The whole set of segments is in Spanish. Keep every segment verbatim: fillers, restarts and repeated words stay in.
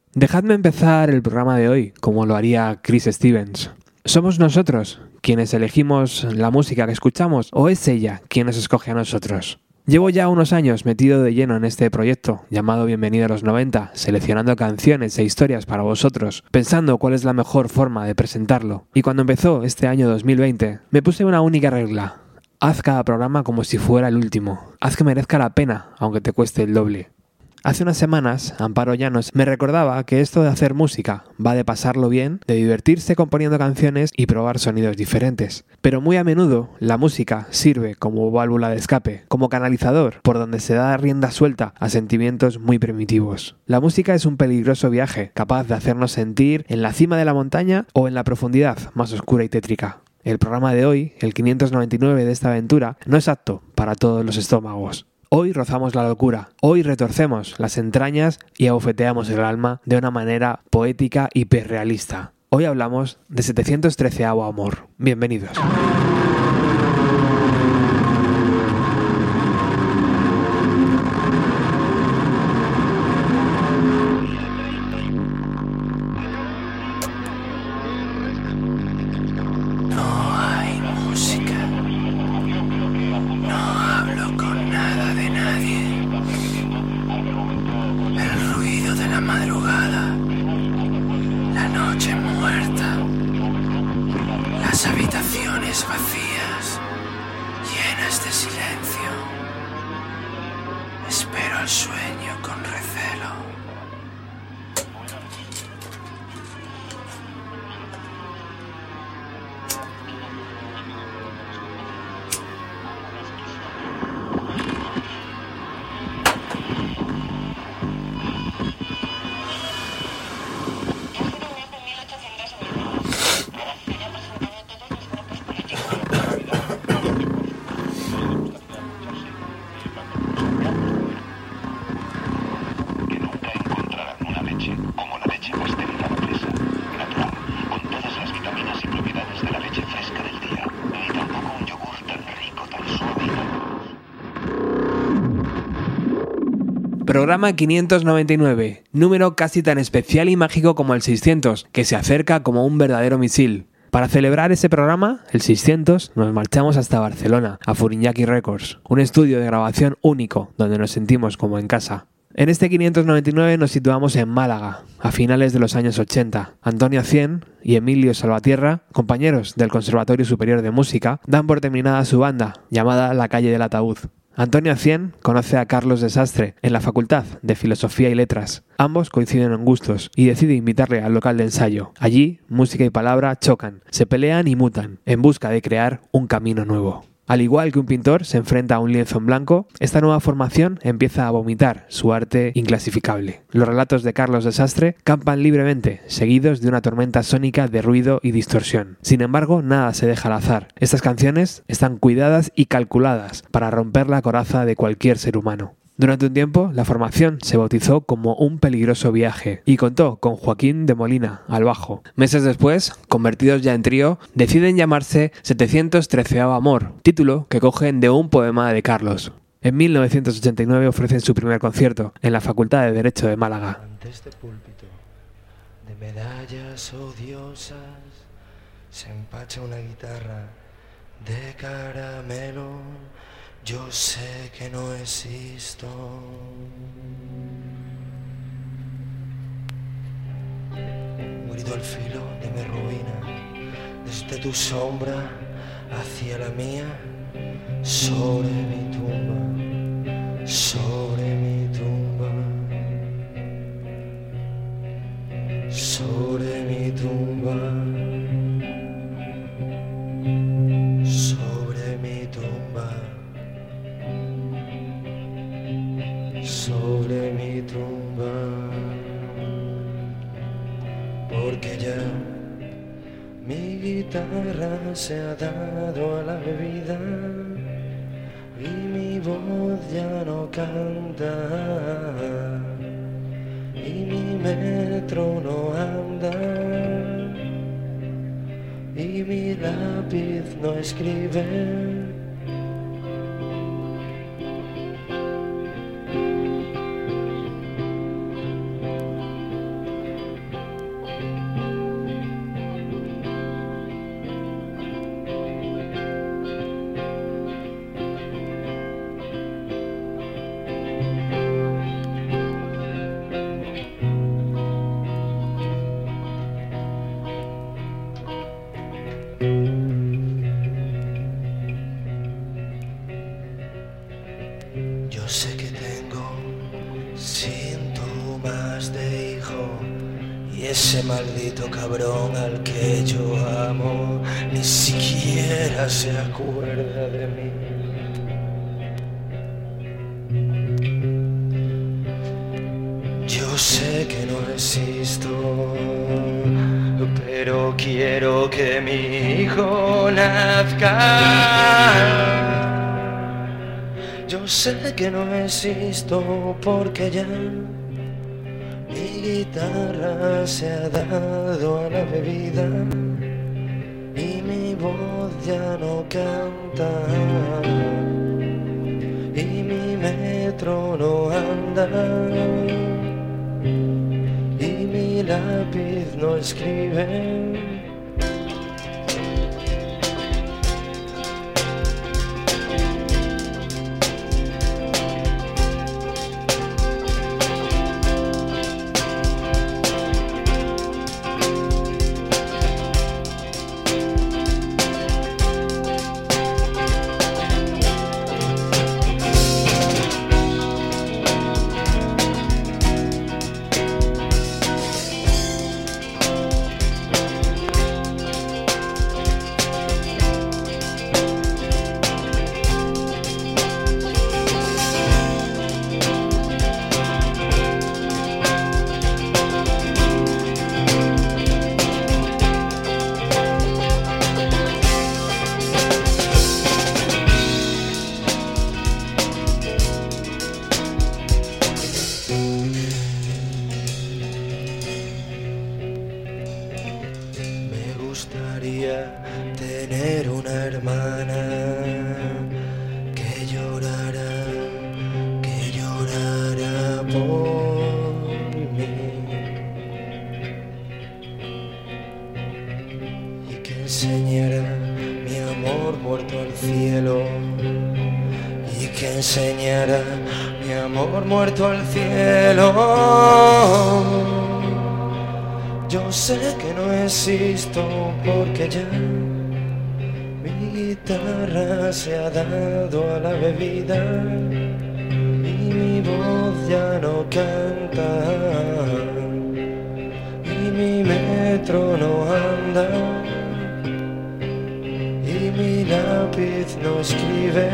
Dejadme empezar el programa de hoy como lo haría Chris Stevens. ¿Somos nosotros quienes elegimos la música que escuchamos o es ella quien nos escoge a nosotros? Llevo ya unos años metido de lleno en este proyecto llamado Bienvenido a los noventa, seleccionando canciones e historias para vosotros, pensando cuál es la mejor forma de presentarlo. Y cuando empezó este año dos mil veinte, me puse una única regla. Haz cada programa como si fuera el último. Haz que merezca la pena, aunque te cueste el doble. Hace unas semanas, Amparo Llanos me recordaba que esto de hacer música va de pasarlo bien, de divertirse componiendo canciones y probar sonidos diferentes. Pero muy a menudo la música sirve como válvula de escape, como canalizador por donde se da rienda suelta a sentimientos muy primitivos. La música es un peligroso viaje, capaz de hacernos sentir en la cima de la montaña o en la profundidad más oscura y tétrica. El programa de hoy, el quinientos noventa y nueve de esta aventura, no es apto para todos los estómagos. Hoy rozamos la locura, hoy retorcemos las entrañas y abofeteamos el alma de una manera poética y hiperrealista. Hoy hablamos de setecientos treceavo amor. Bienvenidos. Programa quinientos noventa y nueve, número casi tan especial y mágico como el seiscientos, que se acerca como un verdadero misil. Para celebrar ese programa, el seiscientos, nos marchamos hasta Barcelona, a Furiñaki Records, un estudio de grabación único, donde nos sentimos como en casa. En este quinientos noventa y nueve nos situamos en Málaga, a finales de los años ochenta. Antonio Cien y Emilio Salvatierra, compañeros del Conservatorio Superior de Música, dan por terminada su banda, llamada La Calle del Ataúd. Antonio Cien conoce a Carlos Desastre en la Facultad de Filosofía y Letras. Ambos coinciden en gustos y decide invitarle al local de ensayo. Allí, música y palabra chocan, se pelean y mutan, en busca de crear un camino nuevo. Al igual que un pintor se enfrenta a un lienzo en blanco, esta nueva formación empieza a vomitar su arte inclasificable. Los relatos de Carlos Desastre campan libremente, seguidos de una tormenta sónica de ruido y distorsión. Sin embargo, nada se deja al azar. Estas canciones están cuidadas y calculadas para romper la coraza de cualquier ser humano. Durante un tiempo, la formación se bautizó como Un Peligroso Viaje y contó con Joaquín de Molina al bajo. Meses después, convertidos ya en trío, deciden llamarse setecientos treceavo amor, título que cogen de un poema de Carlos. En mil novecientos ochenta y nueve ofrecen su primer concierto en la Facultad de Derecho de Málaga. Ante este púlpito de medallas odiosas se empacha una guitarra de caramelo. Yo sé que no existo. Murido al filo de mi ruina, desde tu sombra hacia la mía, sobre mi tumba, sobre mi tumba, sobre mi tumba. Sobre mi tumba, porque ya mi guitarra se ha dado a la bebida y mi voz ya no canta y mi metro no anda y mi lápiz no escribe. dejó. Y ese maldito cabrón al que yo amo ni siquiera se acuerda de mí. Yo sé que no existo, pero quiero que mi hijo nazca. Yo sé que no existo porque ya mi guitarra se ha dado a la bebida y mi voz ya no canta y mi metro no anda y mi lápiz no escribe. Tener una hermana que llorara, que llorara por mí y que enseñara mi amor muerto al cielo y que enseñara mi amor muerto al cielo. Yo sé que no existo porque ya mi guitarra se ha dado a la bebida y mi voz ya no canta y mi metro no anda y mi lápiz no escribe.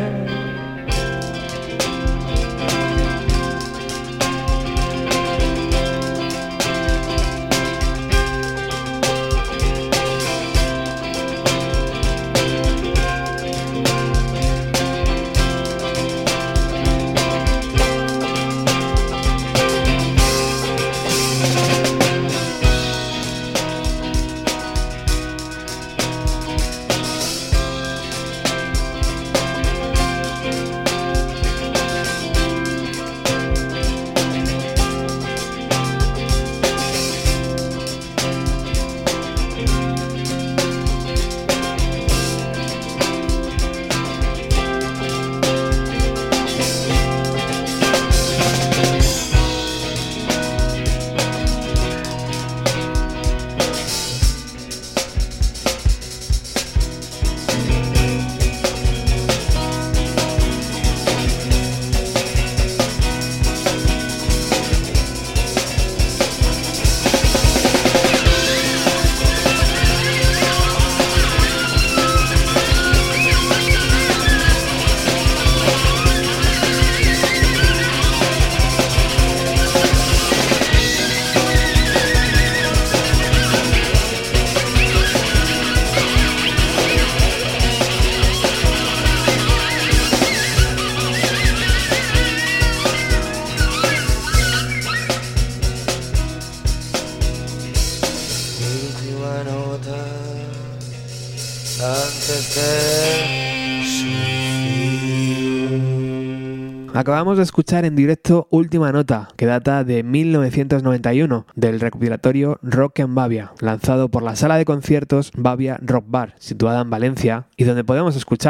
Acabamos de escuchar en directo Última Nota, que data de mil novecientos noventa y uno, del recopilatorio Rock en Bavia, lanzado por la sala de conciertos Bavia Rock Bar, situada en Valencia, y donde podemos escuchar,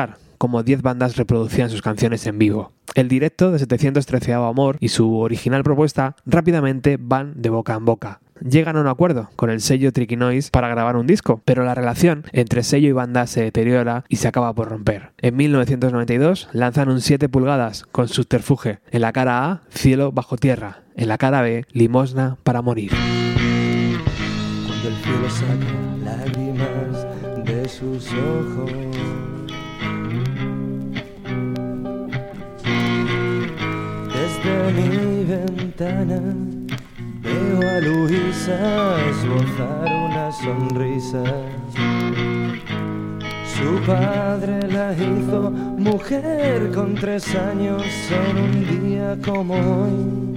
como diez bandas reproducían sus canciones en vivo. El directo de setecientos trece Amor y su original propuesta rápidamente van de boca en boca. Llegan a un acuerdo con el sello Tricky Noise para grabar un disco, pero la relación entre sello y banda se deteriora y se acaba por romper. En mil novecientos noventa y dos lanzan un siete pulgadas con Subterfuge. En la cara A, Cielo bajo tierra. En la cara B, Limosna para morir. Cuando el cielo saca lágrimas de sus ojos, desde mi ventana veo a Luisa esbozar una sonrisa. Su padre la hizo mujer con tres años en un día como hoy.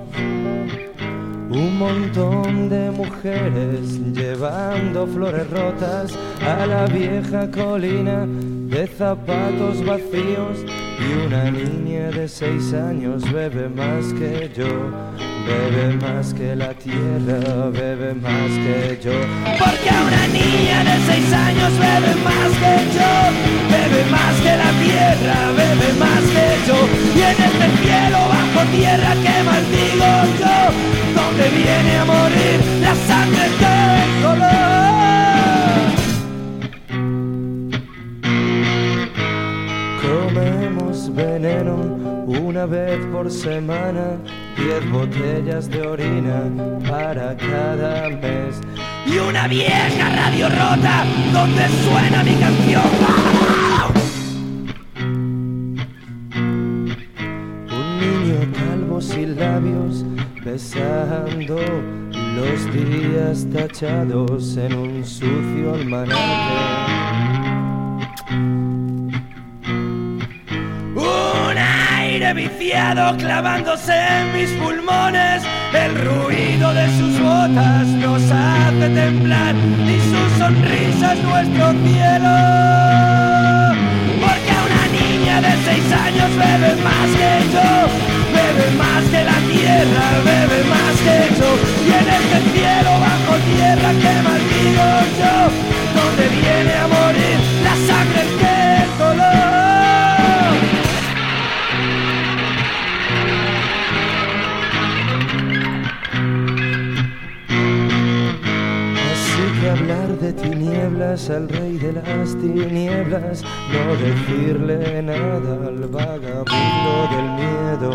Un montón de mujeres llevando flores rotas a la vieja colina de zapatos vacíos, y una niña de seis años bebe más que yo, bebe más que la tierra, bebe más que yo. Porque una niña de seis años bebe más que yo, bebe más que la tierra, bebe más que yo. Y en este cielo bajo tierra que maldigo yo, donde viene a morir la sangre del color. Comemos veneno una vez por semana, diez botellas de orina para cada mes, y una vieja radio rota donde suena mi canción. Un niño calvo sin labios besando los días tachados en un sucio almanaque. Viciado clavándose en mis pulmones, el ruido de sus botas nos hace temblar y su sonrisa es nuestro cielo. Porque una niña de seis años bebe más que yo, bebe más que la tierra, bebe más que yo. Y en este cielo bajo tierra que maldigo yo, donde viene a morir la sangre del dolor. Hablar de tinieblas al rey de las tinieblas, no decirle nada al vagabundo del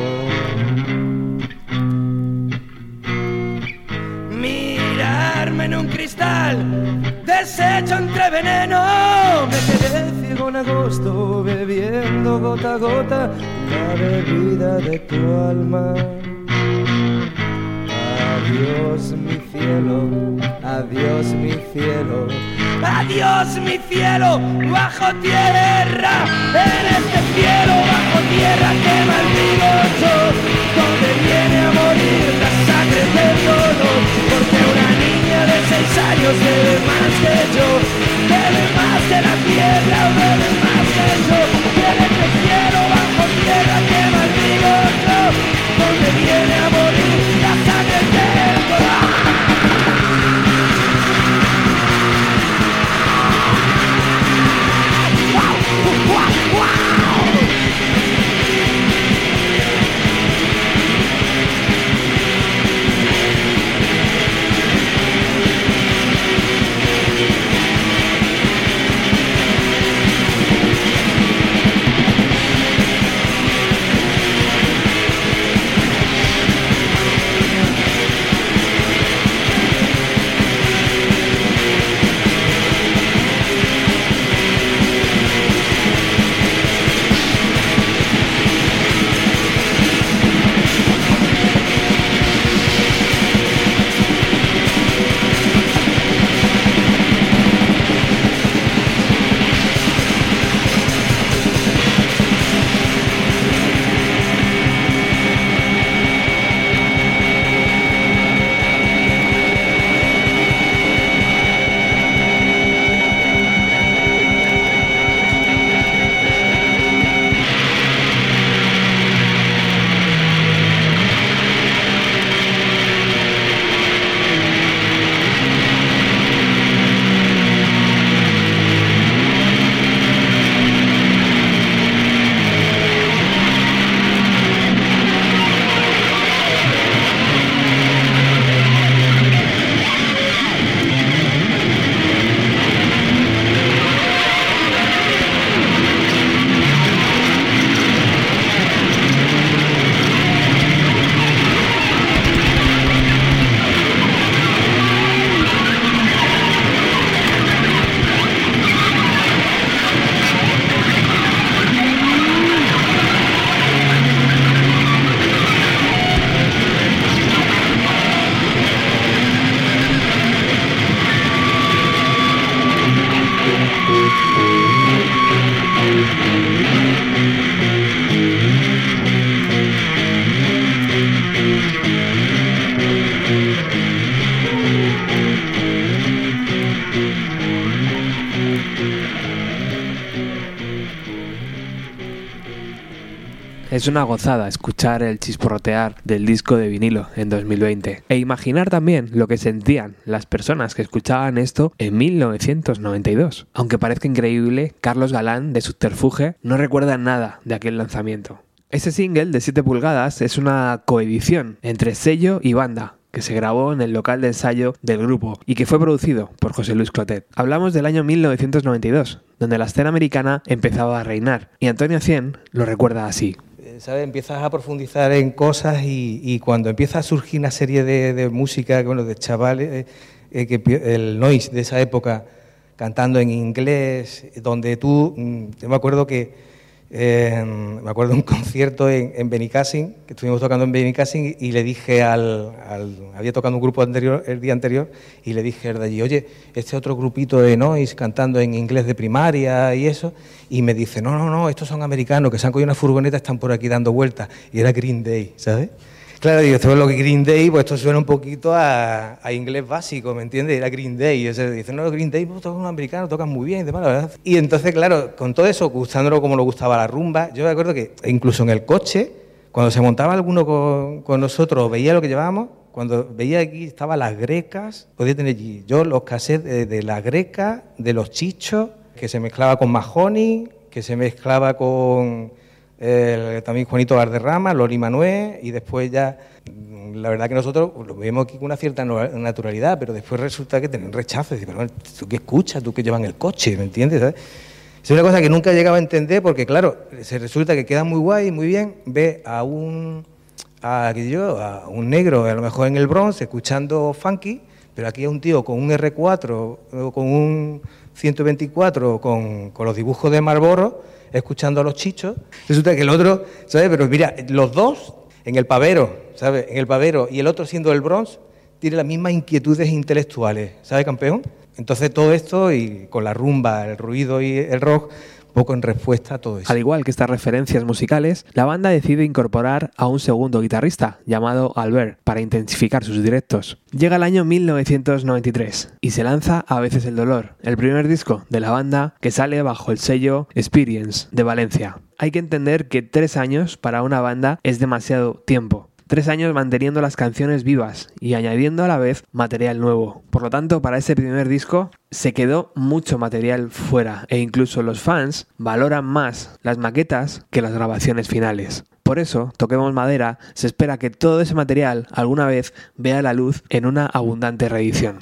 miedo. Mirarme en un cristal deshecho entre veneno, me quedé ciego en agosto bebiendo gota a gota la bebida de tu alma. Adiós mi cielo, adiós mi cielo, adiós mi cielo bajo tierra, en este cielo bajo tierra que maldigo yo, donde viene a morir la sangre del dolor. Porque una niña de seis años bebe más que yo, bebe más que la tierra, bebe más que yo, y en este cielo bajo tierra que maldigo yo, donde viene a morir la sangre del dolor. Es una gozada escuchar el chisporrotear del disco de vinilo en dos mil veinte e imaginar también lo que sentían las personas que escuchaban esto en mil novecientos noventa y dos. Aunque parezca increíble, Carlos Galán de Subterfuge no recuerda nada de aquel lanzamiento. Este single de siete pulgadas es una coedición entre sello y banda, que se grabó en el local de ensayo del grupo y que fue producido por José Luis Clotet. Hablamos del año mil novecientos noventa y dos, donde la escena americana empezaba a reinar, y Antonio Cien lo recuerda así. ¿Sabes? Empiezas a profundizar en cosas y, y cuando empieza a surgir una serie de, de música, bueno, de chavales, eh, que el noise de esa época, cantando en inglés, donde tú, yo me acuerdo que Eh, me acuerdo de un concierto en, en Benicàssim, que estuvimos tocando en Benicàssim, y, y le dije al, al... había tocado un grupo anterior, el día anterior, y le dije de allí, oye, este otro grupito de noise cantando en inglés de primaria y eso, y me dice, no, no, no, estos son americanos, que se han cogido una furgoneta, están por aquí dando vueltas, y era Green Day, ¿sabes? Claro, digo, esto es lo que Green Day, pues esto suena un poquito a, a inglés básico, ¿me entiendes? Era Green Day, y o sea, dicen, no, Green Day, pues tocan un americano, tocan muy bien, y demás, la verdad. Y entonces, claro, con todo eso, gustándolo como nos gustaba la rumba, yo me acuerdo que incluso en el coche, cuando se montaba alguno con, con nosotros, veía lo que llevábamos, cuando veía aquí estaba Las Grecas, podía tener allí yo los cassettes de, de Las Grecas, de Los Chichos, que se mezclaba con Mahoney, que se mezclaba con... Eh, también Juanito Valderrama, Loli Manuel, y después ya, la verdad que nosotros lo vemos aquí con una cierta naturalidad, pero después resulta que tienen rechazo, y pero ¿tú qué escuchas? ¿Tú qué llevas en el coche? ¿Me entiendes? ¿Sabes? Es una cosa que nunca llegaba a entender porque, claro, se resulta que queda muy guay, muy bien, ve a un, a, yo, a un negro, a lo mejor en el Bronx, escuchando funky, pero aquí a un tío con un erre cuatro, con un ciento veinticuatro, con, con los dibujos de Marlboro, escuchando a Los Chichos, resulta que el otro, ¿sabes? Pero mira, los dos en el pavero, ¿sabes? En el pavero y el otro siendo el Bronx, tiene las mismas inquietudes intelectuales, ¿sabes, campeón? Entonces todo esto y con la rumba, el ruido y el rock, poco en respuesta a todo eso. Al igual que estas referencias musicales, la banda decide incorporar a un segundo guitarrista llamado Albert para intensificar sus directos. Llega el año mil novecientos noventa y tres y se lanza A veces el dolor, el primer disco de la banda que sale bajo el sello Experience de Valencia. Hay que entender que tres años para una banda es demasiado tiempo. Tres años manteniendo las canciones vivas y añadiendo a la vez material nuevo. Por lo tanto, para ese primer disco se quedó mucho material fuera e incluso los fans valoran más las maquetas que las grabaciones finales. Por eso, Toquemos Madera, se espera que todo ese material alguna vez vea la luz en una abundante reedición.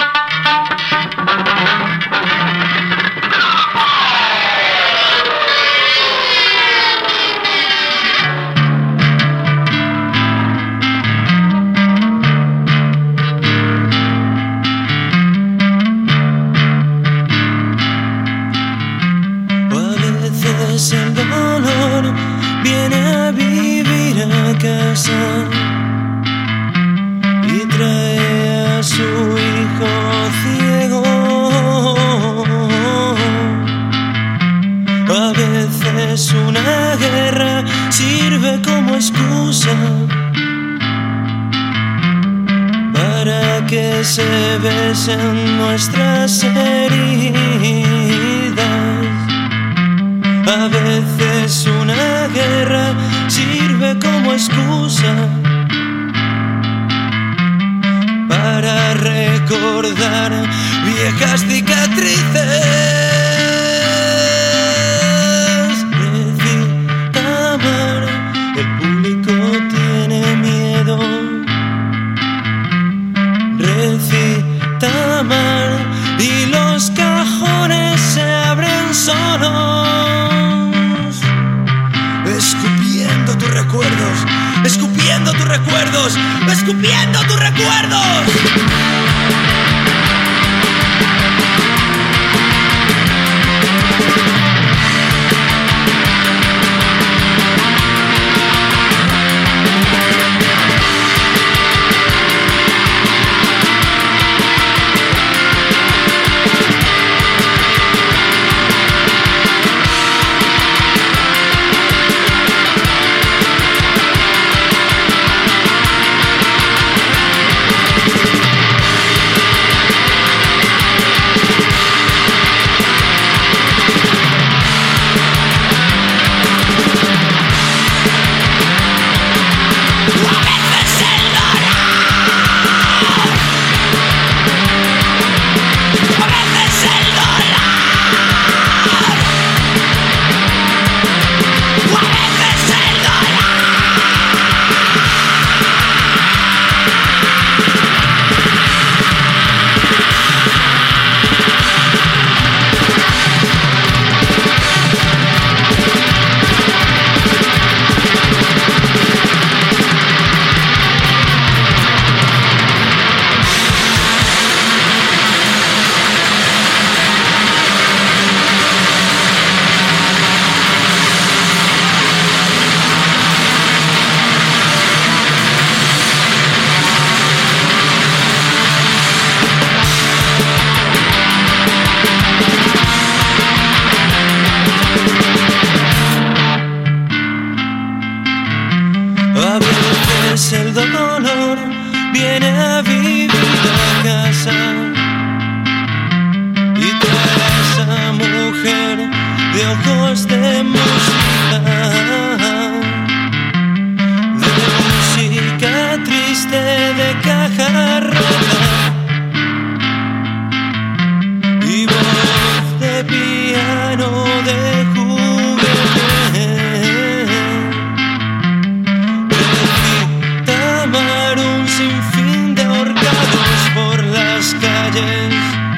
El dolor viene a vivir a casa y trae a su hijo ciego. A veces una guerra sirve como excusa para que se besen nuestras heridas. A veces una guerra sirve como excusa para recordar viejas cicatrices. Recita amar, el público tiene miedo. Recita amar y los cajones se abren solos. Escupiendo tus recuerdos, escupiendo tus recuerdos, escupiendo tus recuerdos. de ojos de música, de música triste de caja rota y voz de piano de juguete, de tamar un sinfín de horcados por las calles,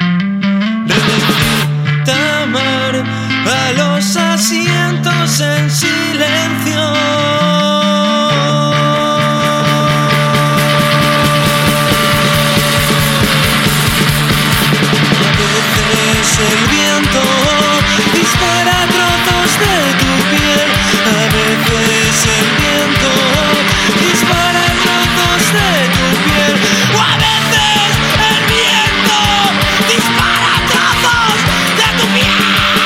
tamar a los asientos en silencio. El viento dispara trozos de tu piel. A veces el viento dispara trozos de tu piel. O a veces el viento dispara trozos de tu piel.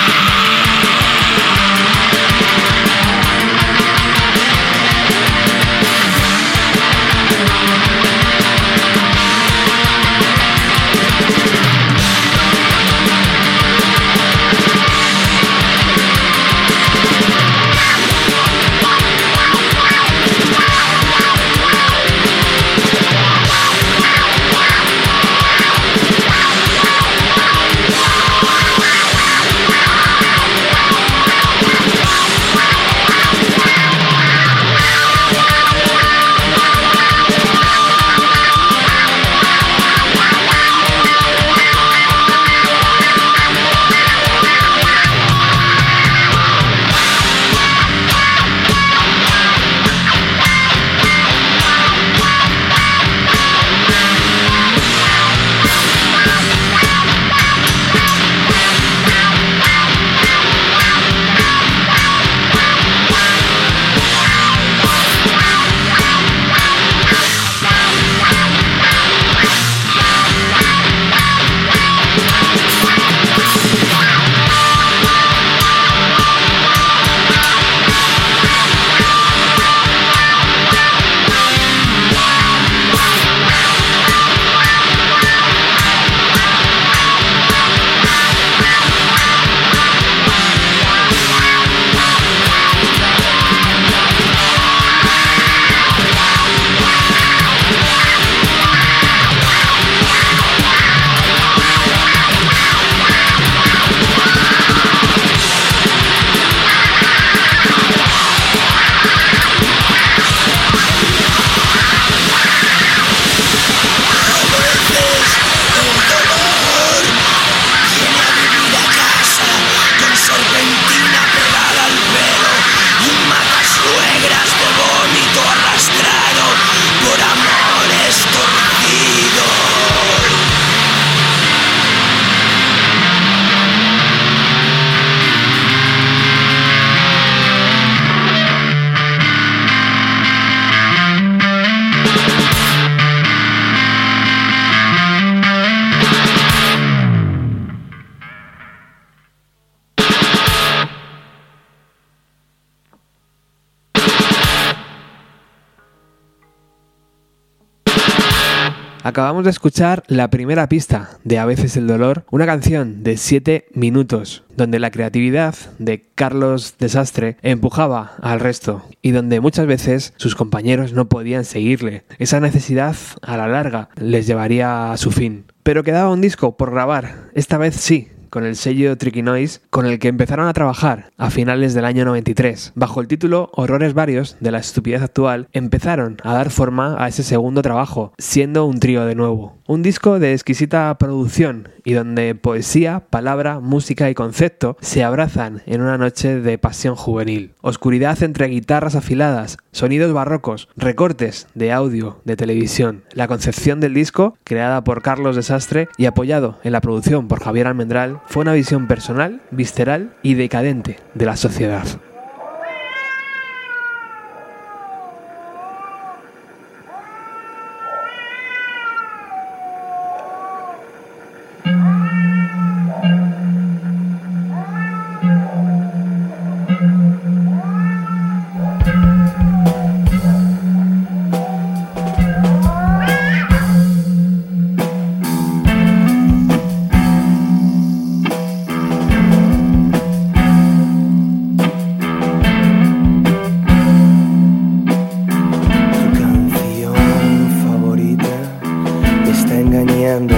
Acabamos de escuchar la primera pista de A veces el dolor, una canción de siete minutos, donde la creatividad de Carlos Desastre empujaba al resto y donde muchas veces sus compañeros no podían seguirle. Esa necesidad, a la larga, les llevaría a su fin. Pero quedaba un disco por grabar, esta vez sí, con el sello Tricky Noise, con el que empezaron a trabajar a finales del año noventa y tres. Bajo el título Horrores varios de la estupidez actual, empezaron a dar forma a ese segundo trabajo, siendo un trío de nuevo. Un disco de exquisita producción y donde poesía, palabra, música y concepto se abrazan en una noche de pasión juvenil. Oscuridad entre guitarras afiladas, sonidos barrocos, recortes de audio, de televisión. La concepción del disco, creada por Carlos Desastre y apoyado en la producción por Javier Almendral, fue una visión personal, visceral y decadente de la sociedad.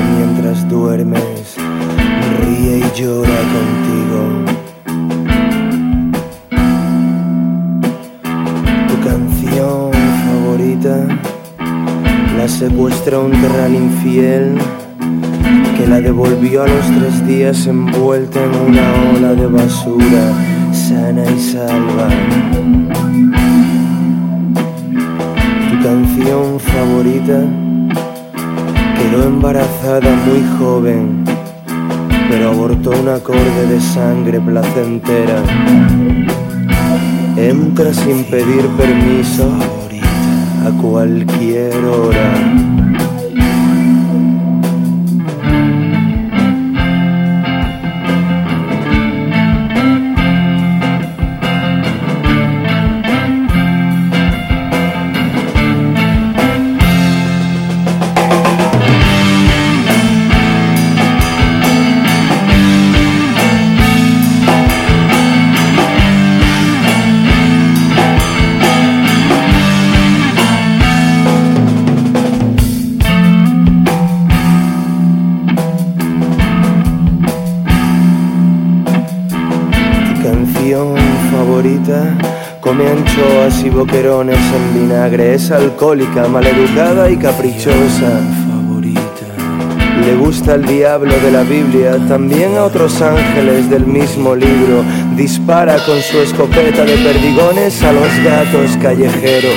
mientras duermes, ríe y llora contigo. Tu canción favorita la secuestra un terral infiel que la devolvió a los tres días envuelta en una ola de basura, sana y salva. Tu canción favorita quedó embarazada muy joven, pero abortó un acorde de sangre placentera. Entra sin pedir permiso a cualquier hora. Come anchoas y boquerones en vinagre. Es alcohólica, maleducada y caprichosa. Le gusta el diablo de la Biblia, también a otros ángeles del mismo libro. Dispara con su escopeta de perdigones a los gatos callejeros.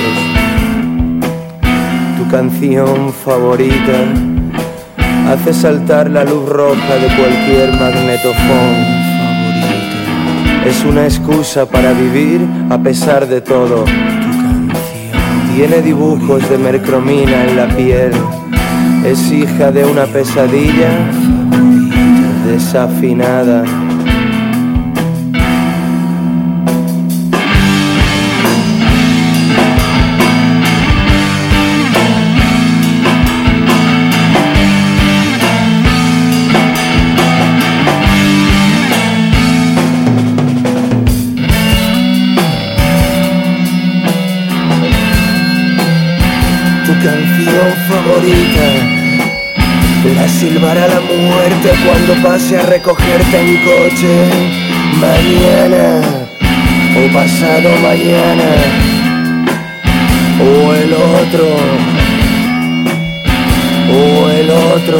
Tu canción favorita hace saltar la luz roja de cualquier magnetofón. Es una excusa para vivir a pesar de todo. Tiene dibujos de mercromina en la piel. Es hija de una pesadilla desafinada. La silbará la muerte cuando pase a recogerte en coche. Mañana o pasado mañana o el otro o el otro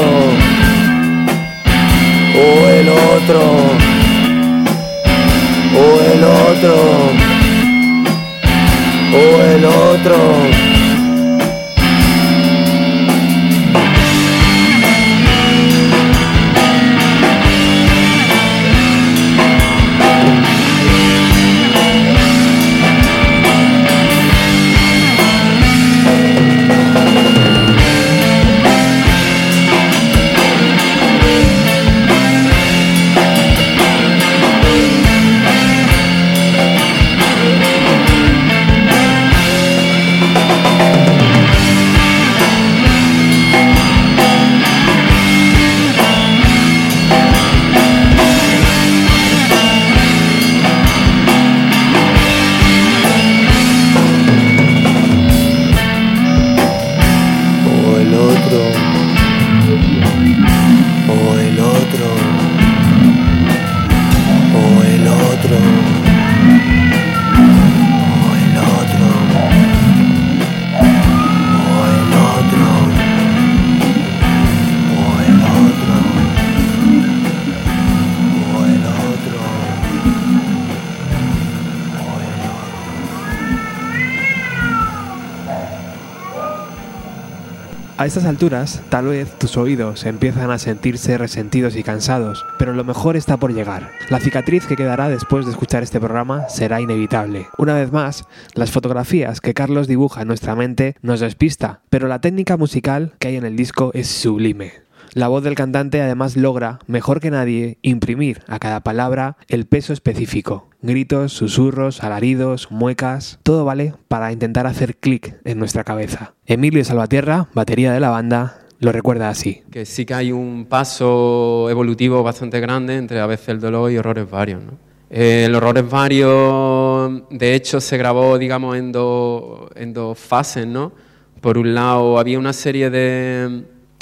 o el otro o el otro o el otro. A estas alturas, tal vez tus oídos empiezan a sentirse resentidos y cansados, pero lo mejor está por llegar. La cicatriz que quedará después de escuchar este programa será inevitable. Una vez más, las fotografías que Carlos dibuja en nuestra mente nos despista, pero la técnica musical que hay en el disco es sublime. La voz del cantante además logra, mejor que nadie, imprimir a cada palabra el peso específico. Gritos, susurros, alaridos, muecas, todo vale para intentar hacer clic en nuestra cabeza. Emilio Salvatierra, batería de la banda, lo recuerda así. Que sí que hay un paso evolutivo bastante grande entre A veces el dolor y Horrores varios, ¿no? Eh, el Horrores varios, de hecho, se grabó, digamos, en dos en dos fases, ¿no? Por un lado, había una serie de...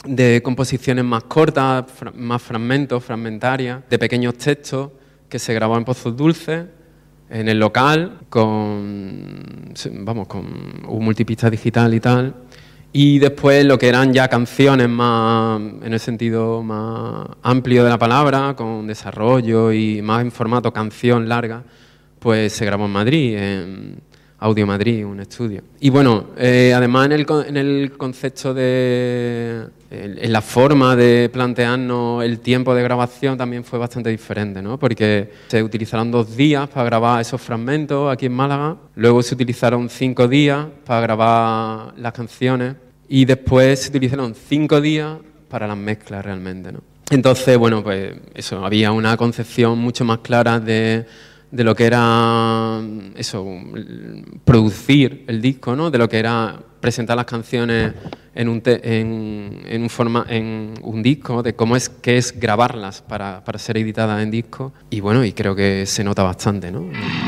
de composiciones más cortas, fra- más fragmentos, fragmentarias, de pequeños textos que se grabó en Pozos Dulces, en el local, con, vamos, con un multipista digital y tal. Y después lo que eran ya canciones más, en el sentido más amplio de la palabra, con desarrollo y más en formato canción larga, pues se grabó en Madrid, en Audio Madrid, un estudio. Y bueno, eh, además en el, en el concepto de... en la forma de plantearnos el tiempo de grabación también fue bastante diferente, ¿no? Porque se utilizaron dos días para grabar esos fragmentos aquí en Málaga, luego se utilizaron cinco días para grabar las canciones y después se utilizaron cinco días para las mezclas realmente, ¿no? Entonces, bueno, pues eso, había una concepción mucho más clara de, de lo que era eso, producir el disco, ¿no? De lo que era presentar las canciones en un, te, en, en un, forma, en un disco, de cómo es que es grabarlas para, para ser editadas en disco. Y bueno, y creo que se nota bastante, ¿no?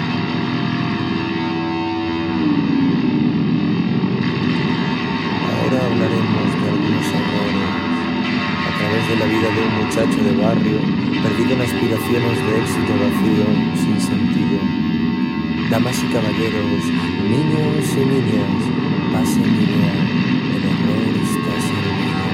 Ahora hablaremos de algunos errores. A través de la vida de un muchacho de barrio, perdido en aspiraciones de éxito vacío, sin sentido. Damas y caballeros, niños y niñas, pasen idea, el error está servido.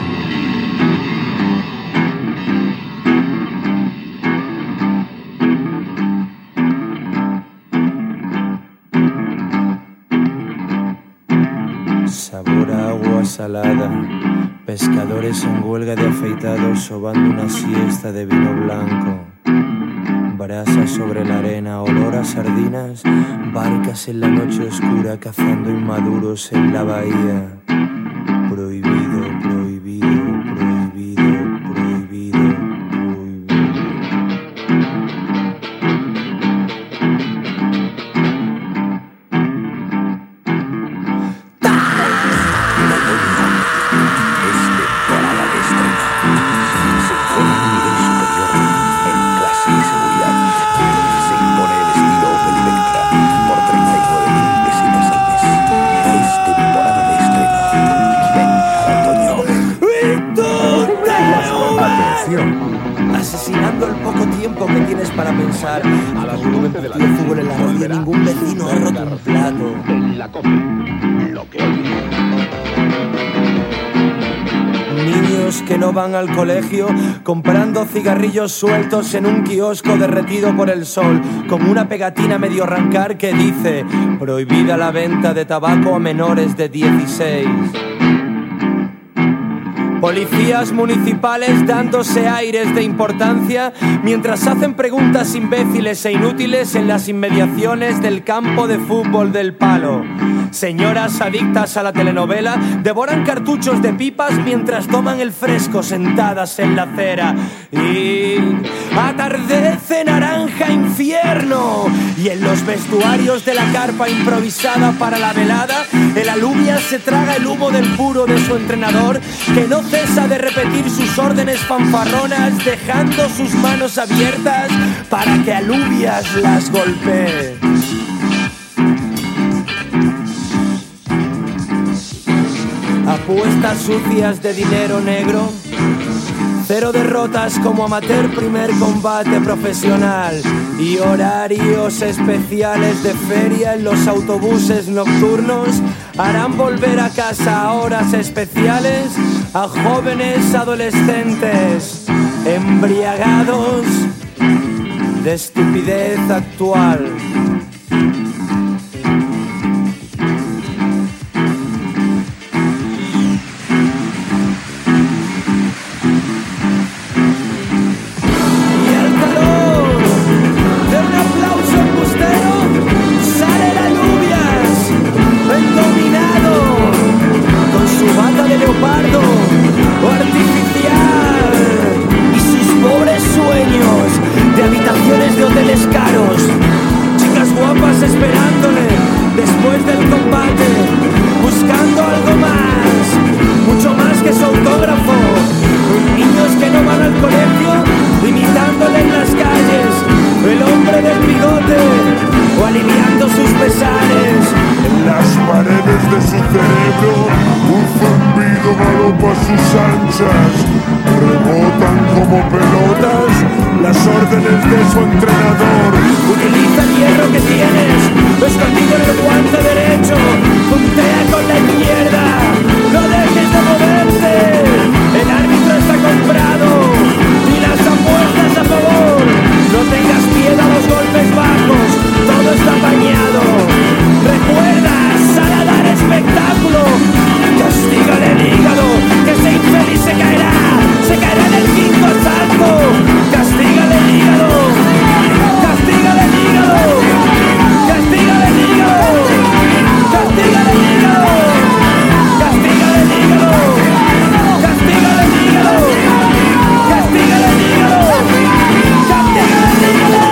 Sabor a agua salada, pescadores en huelga de afeitados sobando una siesta de vino blanco. Brasas sobre la arena, olor a sardinas, barcas en la noche oscura cazando inmaduros en la bahía. Prohibido, prohibido, prohibido, prohibido, prohibido. Asesinando el poco tiempo que tienes para pensar. A las nueve de la noche fútbol en la rodilla, ningún vecino ha roto un plato. Lo que niños que no van al colegio, comprando cigarrillos sueltos en un kiosco derretido por el sol, con una pegatina medio arrancar que dice: prohibida la venta de tabaco a menores de dieciséis. Policías municipales dándose aires de importancia mientras hacen preguntas imbéciles e inútiles en las inmediaciones del campo de fútbol del Palo. Señoras adictas a la telenovela devoran cartuchos de pipas mientras toman el fresco sentadas en la acera. Y atardece naranja infierno. Y en los vestuarios de la carpa improvisada para la velada, el alubia se traga el humo del puro de su entrenador, que no cesa de repetir sus órdenes fanfarronas, dejando sus manos abiertas para que alubias las golpee. Apuestas sucias de dinero negro, cero derrotas como amateur, primer combate profesional y horarios especiales de feria en los autobuses nocturnos harán volver a casa a horas especiales a jóvenes adolescentes embriagados de estupidez actual. rebotan como pelotas las órdenes de su entrenador. Utiliza el hierro que tienes, escondido en el guante derecho. Puntea con la izquierda, no dejes de moverte. El árbitro está comprado y las apuestas a favor. No tengas miedo a los golpes bajos, todo está apañado. Recuerda, sal a dar espectáculo. Castígale el hígado, que ese infeliz se caerá. Se caerá en el quinto asalto. Castígale el hígado. Castígale el hígado. Castígale el hígado. Castígale el hígado. Castígale el hígado. Castígale el hígado. Castígale el hígado. Castígale el hígado.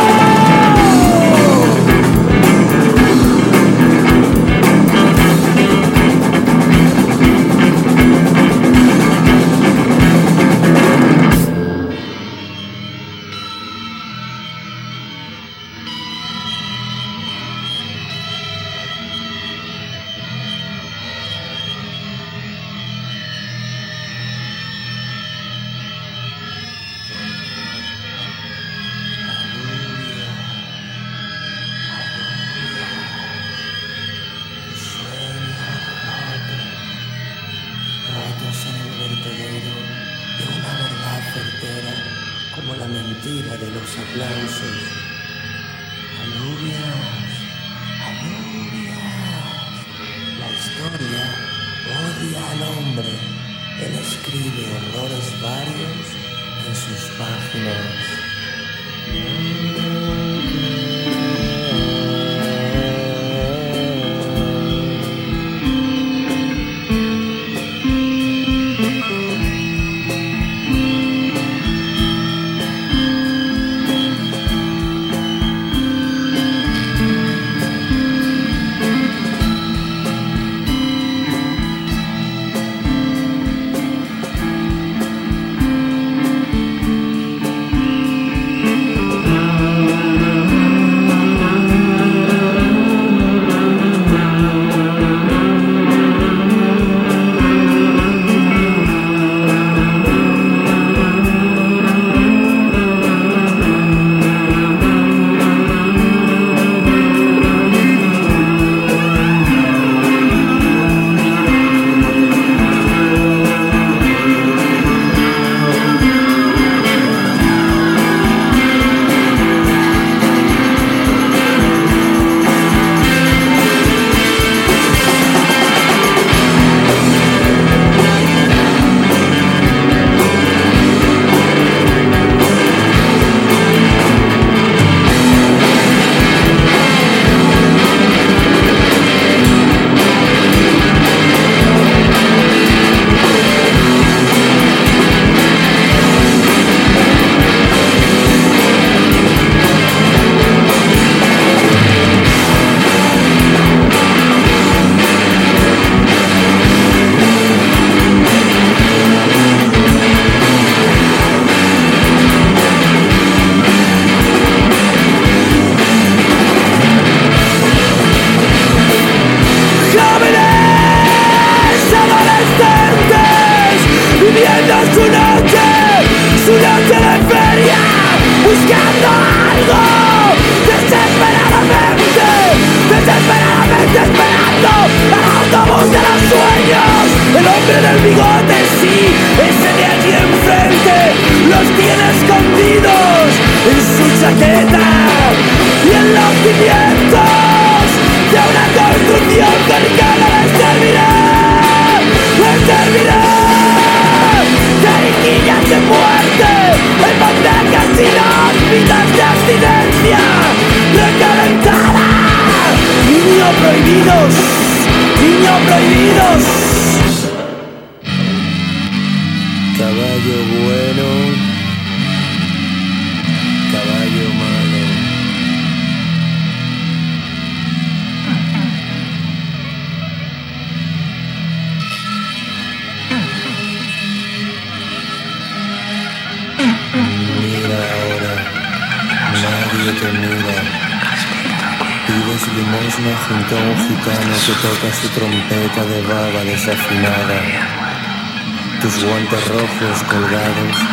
Junto a un gitano que toca su trompeta de baba desafinada, tus guantes rojos colgados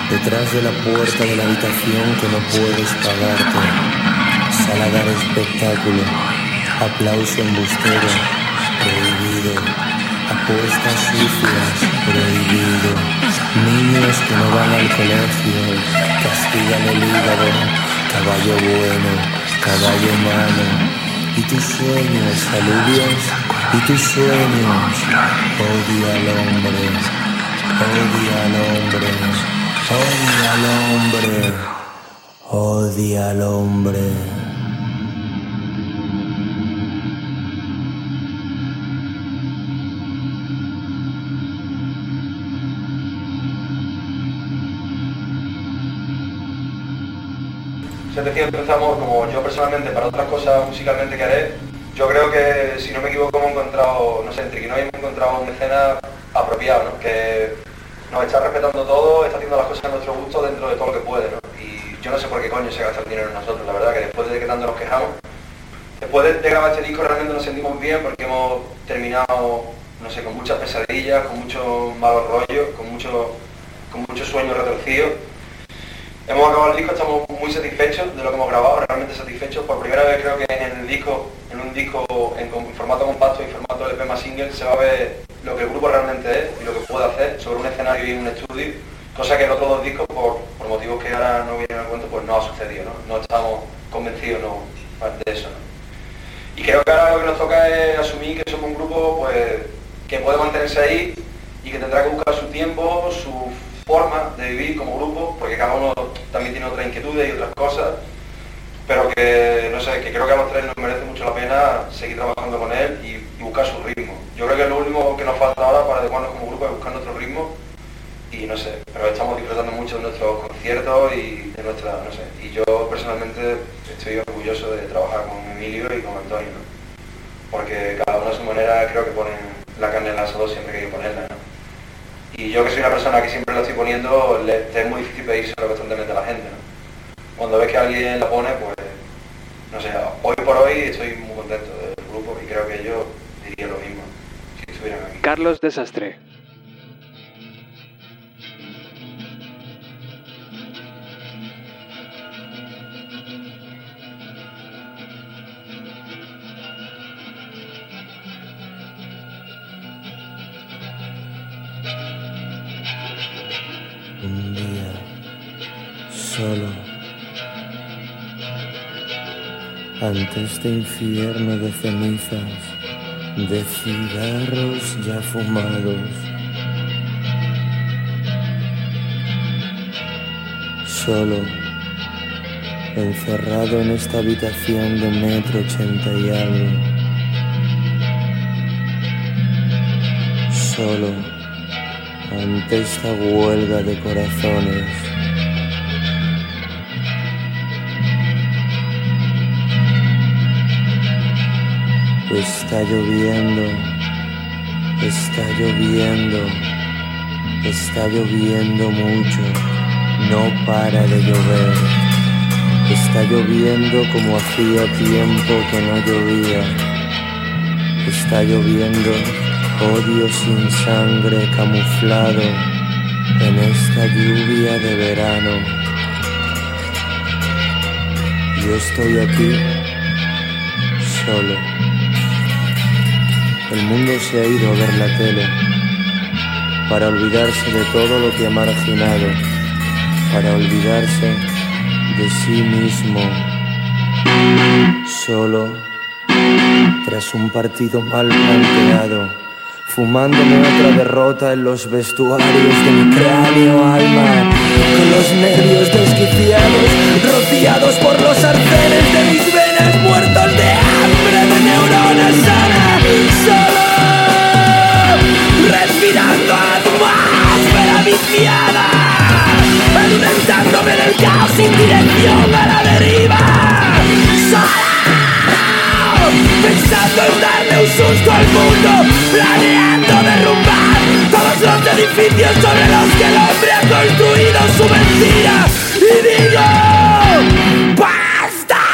detrás de la puerta de la habitación que no puedes pagarte. Sala a dar espectáculo, aplauso embustero, prohibido. Apuestas sucias, prohibido. Niños que no van al colegio, castigan el hígado. Caballo bueno, caballo malo. Y tus sueños, alubias, y tus sueños. Odia al hombre, odia al hombre, odia al hombre, odia al hombre. Es decir, empezamos, como yo personalmente, para otras cosas musicalmente que haré, yo creo que, si no me equivoco, hemos encontrado, no sé, entre Quinoy hemos encontrado un escena apropiado, ¿no? Que nos está respetando todo, está haciendo las cosas a nuestro gusto dentro de todo lo que puede, ¿no? Y yo no sé por qué coño se gasta el dinero en nosotros, la verdad, que después de que tanto nos quejamos, después de, de grabar este disco realmente nos sentimos bien porque hemos terminado, no sé, con muchas pesadillas, con muchos malos rollos, con muchos con muchos sueños retorcidos. Hemos acabado el disco, estamos muy satisfechos de lo que hemos grabado, realmente satisfechos. Por primera vez creo que en el disco, en un disco en, en formato compacto y formato L P más single, se va a ver lo que el grupo realmente es y lo que puede hacer sobre un escenario y en un estudio, cosa que en otros dos discos, por, por motivos que ahora no vienen al cuento, pues no ha sucedido, ¿no? No estamos convencidos no, de eso, ¿no? Y creo que ahora lo que nos toca es asumir que somos un grupo pues, que puede mantenerse ahí y que tendrá que buscar su tiempo, su forma de vivir como grupo, porque cada uno también tiene otras inquietudes y otras cosas, pero que, no sé, que creo que a los tres nos merece mucho la pena seguir trabajando con él y, y buscar su ritmo. Yo creo que lo último que nos falta ahora para adecuarnos como grupo es buscar nuestro ritmo y no sé, pero estamos disfrutando mucho de nuestros conciertos y de nuestra, no sé, y yo personalmente estoy orgulloso de trabajar con Emilio y con Antonio, ¿no? Porque cada uno a su manera creo que ponen la carne en el asador siempre que hay que ponerla, ¿no? Y yo que soy una persona que siempre la estoy poniendo, le, es muy difícil pedírselo constantemente a la gente, ¿no? Cuando ves que alguien la pone, pues, no sé, hoy por hoy estoy muy contento del grupo y creo que ellos dirían lo mismo si estuvieran aquí. Carlos Desastre. Un día, solo, ante este infierno de cenizas, de cigarros ya fumados, solo, encerrado en esta habitación de metro ochenta y algo, solo, ante esta huelga de corazones. Está lloviendo, está lloviendo, está lloviendo mucho, no para de llover. Está lloviendo como hacía tiempo que no llovía. Está lloviendo odio sin sangre camuflado en esta lluvia de verano. Yo estoy aquí, solo. El mundo se ha ido a ver la tele para olvidarse de todo lo que ha marginado, para olvidarse de sí mismo, solo tras un partido mal planteado, fumándome otra derrota en los vestuarios de mi cráneo alma, con los nervios desquiciados, rociados por los arcenes de mis venas, muertos de hambre de neuronas sanas, solo respirando atmósfera viciada, alimentándome del caos sin dirección a la deriva, solo pensando en darle un susto al mundo, planeando derrumbar todos los edificios sobre los que el hombre ha construido su mentira. Y digo, ¡basta!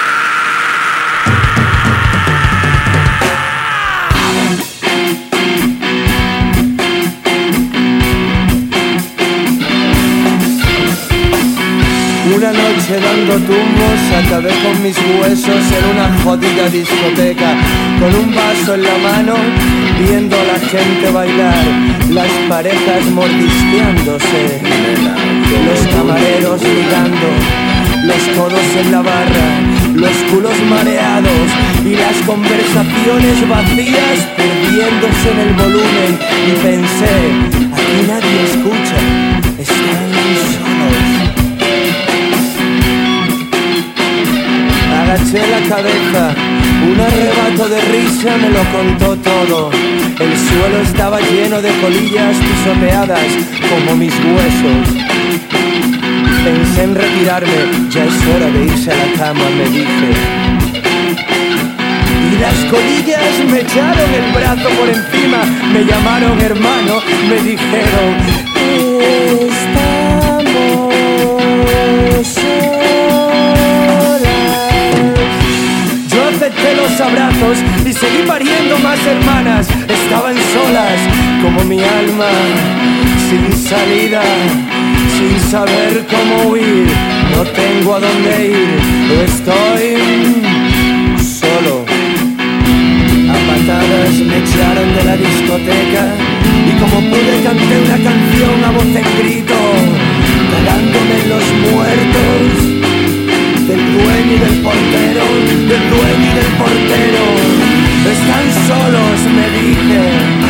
Una noche dando tumbos acabé con mis huesos en una jodida discoteca, con un vaso en la mano, viendo a la gente bailar, las parejas mordisqueándose, los camareros ligando, los codos en la barra, los culos mareados y las conversaciones vacías perdiéndose en el volumen. Y pensé, aquí nadie escucha, están solos. Agaché la cabeza, un arrebato de risa me lo contó todo. El suelo estaba lleno de colillas pisoteadas como mis huesos. Pensé en retirarme, ya es hora de irse a la cama, me dije. Y las colillas me echaron el brazo por encima, me llamaron hermano, me dijeron: estamos solas. Yo acepté los abrazos y seguí pariendo más hermanas. Estaban solas como mi alma, sin salida, sin saber cómo huir, no tengo a dónde ir, estoy solo. A patadas me echaron de la discoteca y como pude canté una canción a voz en grito, cagándome en los muertos del dueño y del portero, del dueño y del portero. Están solos, me dije.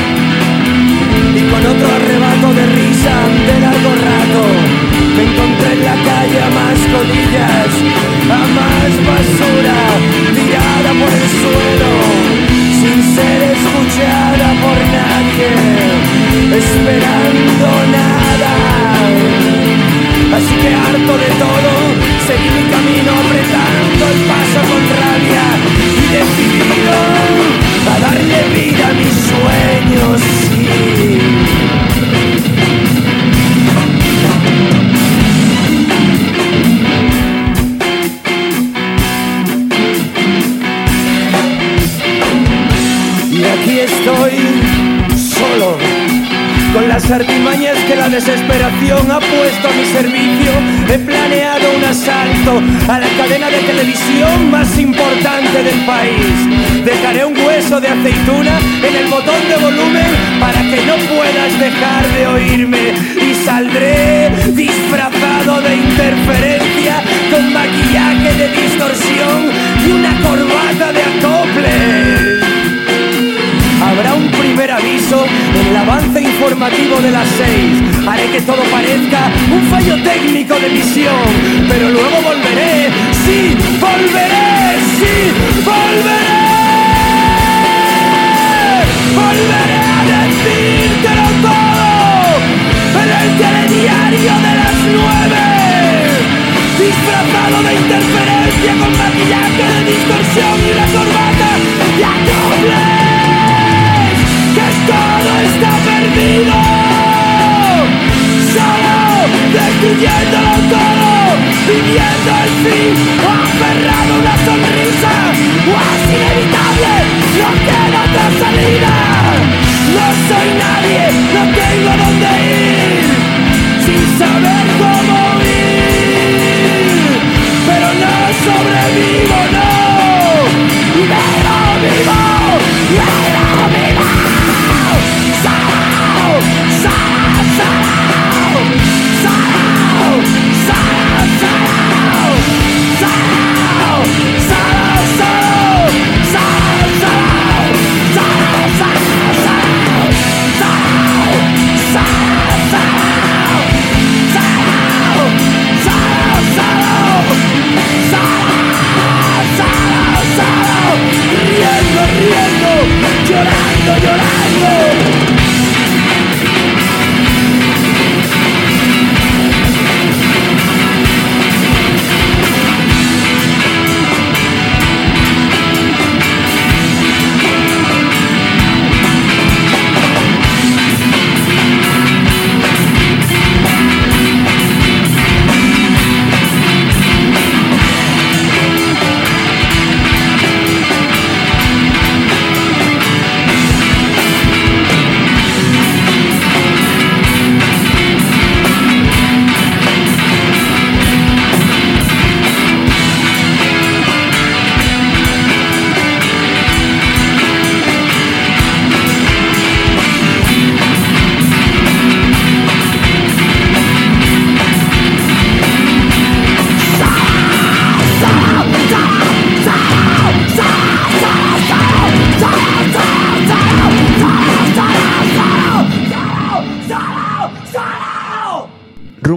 Y con otro arrebato de risa de largo rato me encontré en la calle a más colillas, a más basura tirada por el suelo, sin ser escuchada por nadie, esperando nada. Así que harto de todo, seguí mi camino apretando el paso con rabia y decidido a darle vida a mis sueños, sí. Y aquí estoy, solo, con las artimañas que la desesperación ha puesto a mi servicio. He planeado un asalto a la cadena de televisión más importante del país. Dejaré un hueso de aceituna en el botón de volumen para que no puedas dejar de oírme. Y saldré disfrazado de interferencia, con maquillaje de distorsión y una corbata de acople. Habrá un primer aviso en el avance informativo de las seis. Haré que todo parezca un fallo técnico de emisión, pero luego volveré, sí, volveré, sí, volveré. Volveré a decírtelo todo en el telediario de las nueve. Disfrazado de interferencia, con maquillaje de distorsión y una corbata de acople. Que todo está perdido, solo destruyéndolo todo, viviendo el fin, aferrado a una sonrisa, o es inevitable, no queda otra salida. No soy nadie, no tengo dónde ir, sin saber cómo ir, pero no sobrevivo, no, pero vivo, pero vivo. Solo, solo, solo, solo,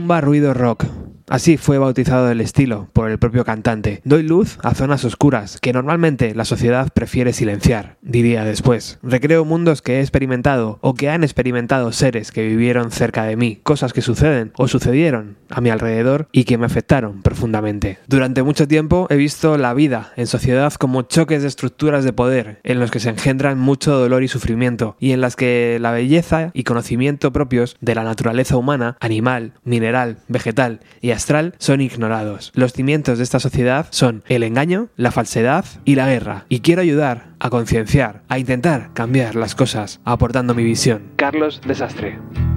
Rumba Ruido Rock. Así fue bautizado el estilo por el propio cantante. Doy luz a zonas oscuras que normalmente la sociedad prefiere silenciar, diría después. Recreo mundos que he experimentado o que han experimentado seres que vivieron cerca de mí, cosas que suceden o sucedieron a mi alrededor y que me afectaron profundamente. Durante mucho tiempo he visto la vida en sociedad como choques de estructuras de poder en los que se engendran mucho dolor y sufrimiento y en las que la belleza y conocimiento propios de la naturaleza humana, animal, mineral, vegetal y astral son ignorados. Los cimientos de esta sociedad son el engaño, la falsedad y la guerra. Y quiero ayudar a concienciar, a intentar cambiar las cosas, aportando mi visión. Carlos Desastre.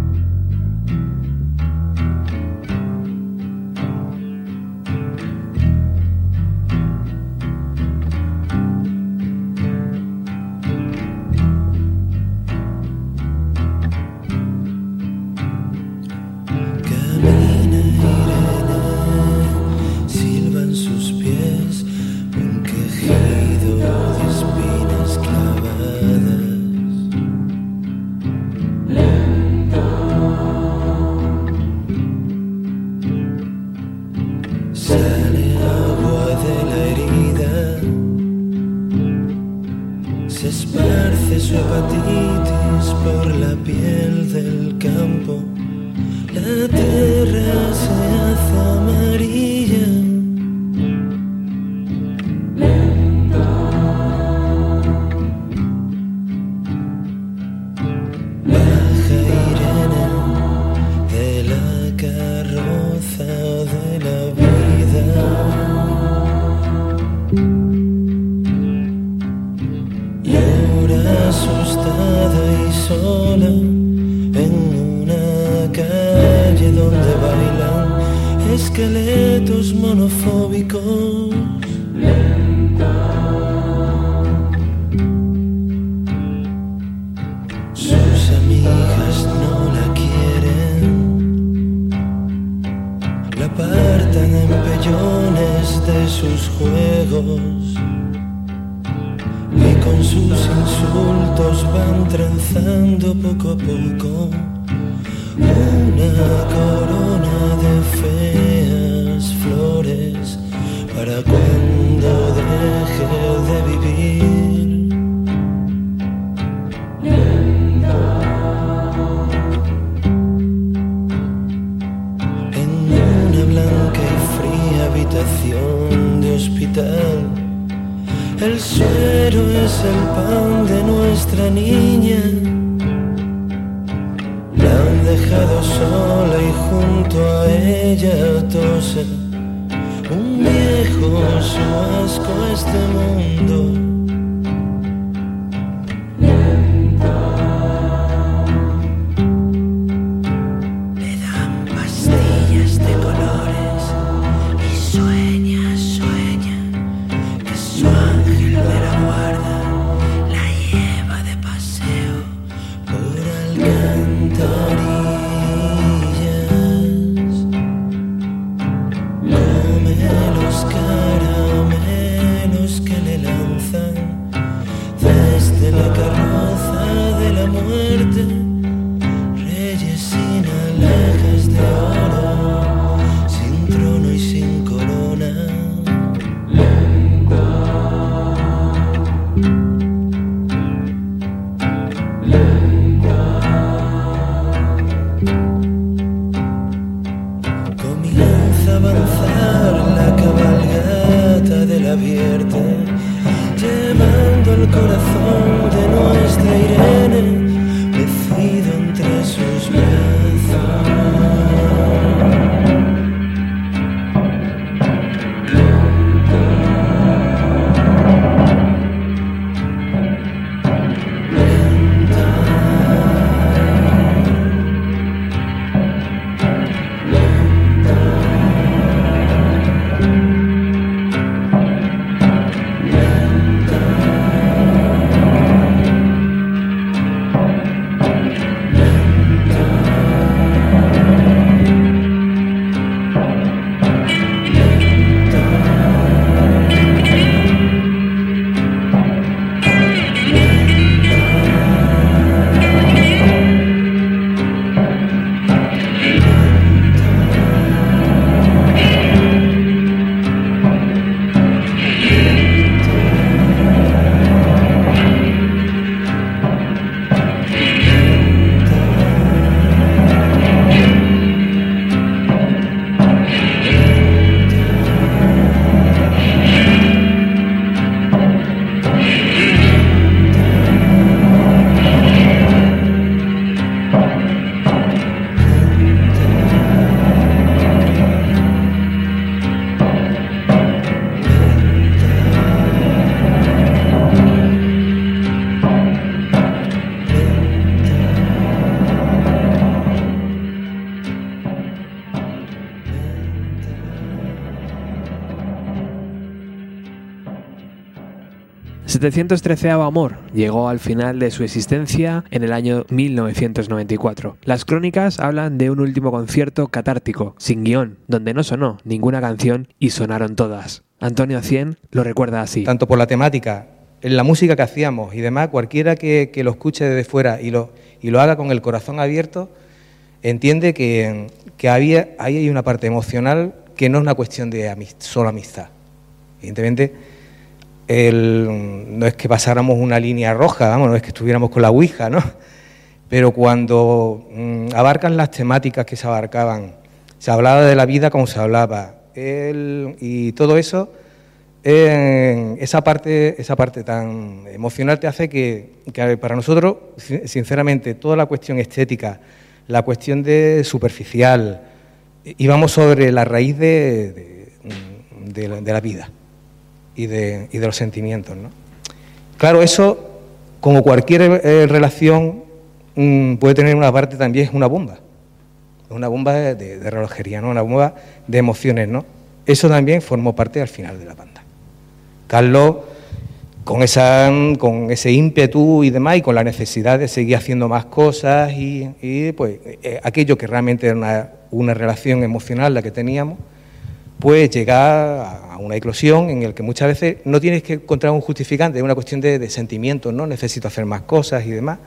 Esqueletos monofóbicos. Sus amigas no la quieren, la apartan en pellones de sus juegos y con sus insultos van trenzando poco a poco una corona de feas flores para cuando deje de vivir. En una blanca y fría habitación de hospital, el suero es el pan de nuestra niña. La han dejado sola y junto a ella tose un viejo su asco a este mundo. Le dan pastillas de colores y sueña, sueña que su ángel de la guarda la lleva de paseo por Alcantarillas. Come los caramelos que le lanzan desde la carroza de la muerte, reyes sin alhajas de oro, sin trono y sin corona. Comienza a avanzar la cabalgata de la Vierte, llevando el corazón de nuestra Irene mecido entre sus brazos. setecientos trece Amor llegó al final de su existencia en el año mil novecientos noventa y cuatro. Las crónicas hablan de un último concierto catártico, sin guión, donde no sonó ninguna canción y sonaron todas. Antonio Cien lo recuerda así. Tanto por la temática, en la música que hacíamos y demás, cualquiera que, que lo escuche desde fuera y lo, y lo haga con el corazón abierto, entiende que, que había, ahí hay una parte emocional que no es una cuestión de amist- solo amistad. Evidentemente, el, no es que pasáramos una línea roja, vamos, no es que estuviéramos con la ouija, ¿no? Pero cuando mmm, abarcan las temáticas que se abarcaban, se hablaba de la vida como se hablaba, el, y todo eso, eh, esa parte, esa parte tan emocional te hace que, que para nosotros, sinceramente, toda la cuestión estética, la cuestión de superficial, íbamos sobre la raíz de, de, de, la, de la vida y de, y de los sentimientos, ¿no? Claro, eso, como cualquier eh, relación, mmm, puede tener una parte también, es una bomba, una bomba de, de, de relojería, ¿no? Una bomba de emociones, ¿no? Eso también formó parte al final de la banda. Carlos, con, esa, con ese ímpetu y demás, y con la necesidad de seguir haciendo más cosas, y, y pues eh, aquello que realmente era una, una relación emocional la que teníamos, pues llegar a una eclosión en el que muchas veces no tienes que encontrar un justificante, es una cuestión de, de sentimientos, ¿no? Necesito hacer más cosas y demás.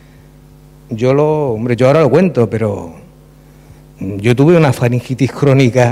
Yo lo, hombre, yo ahora lo cuento, pero yo tuve una faringitis crónica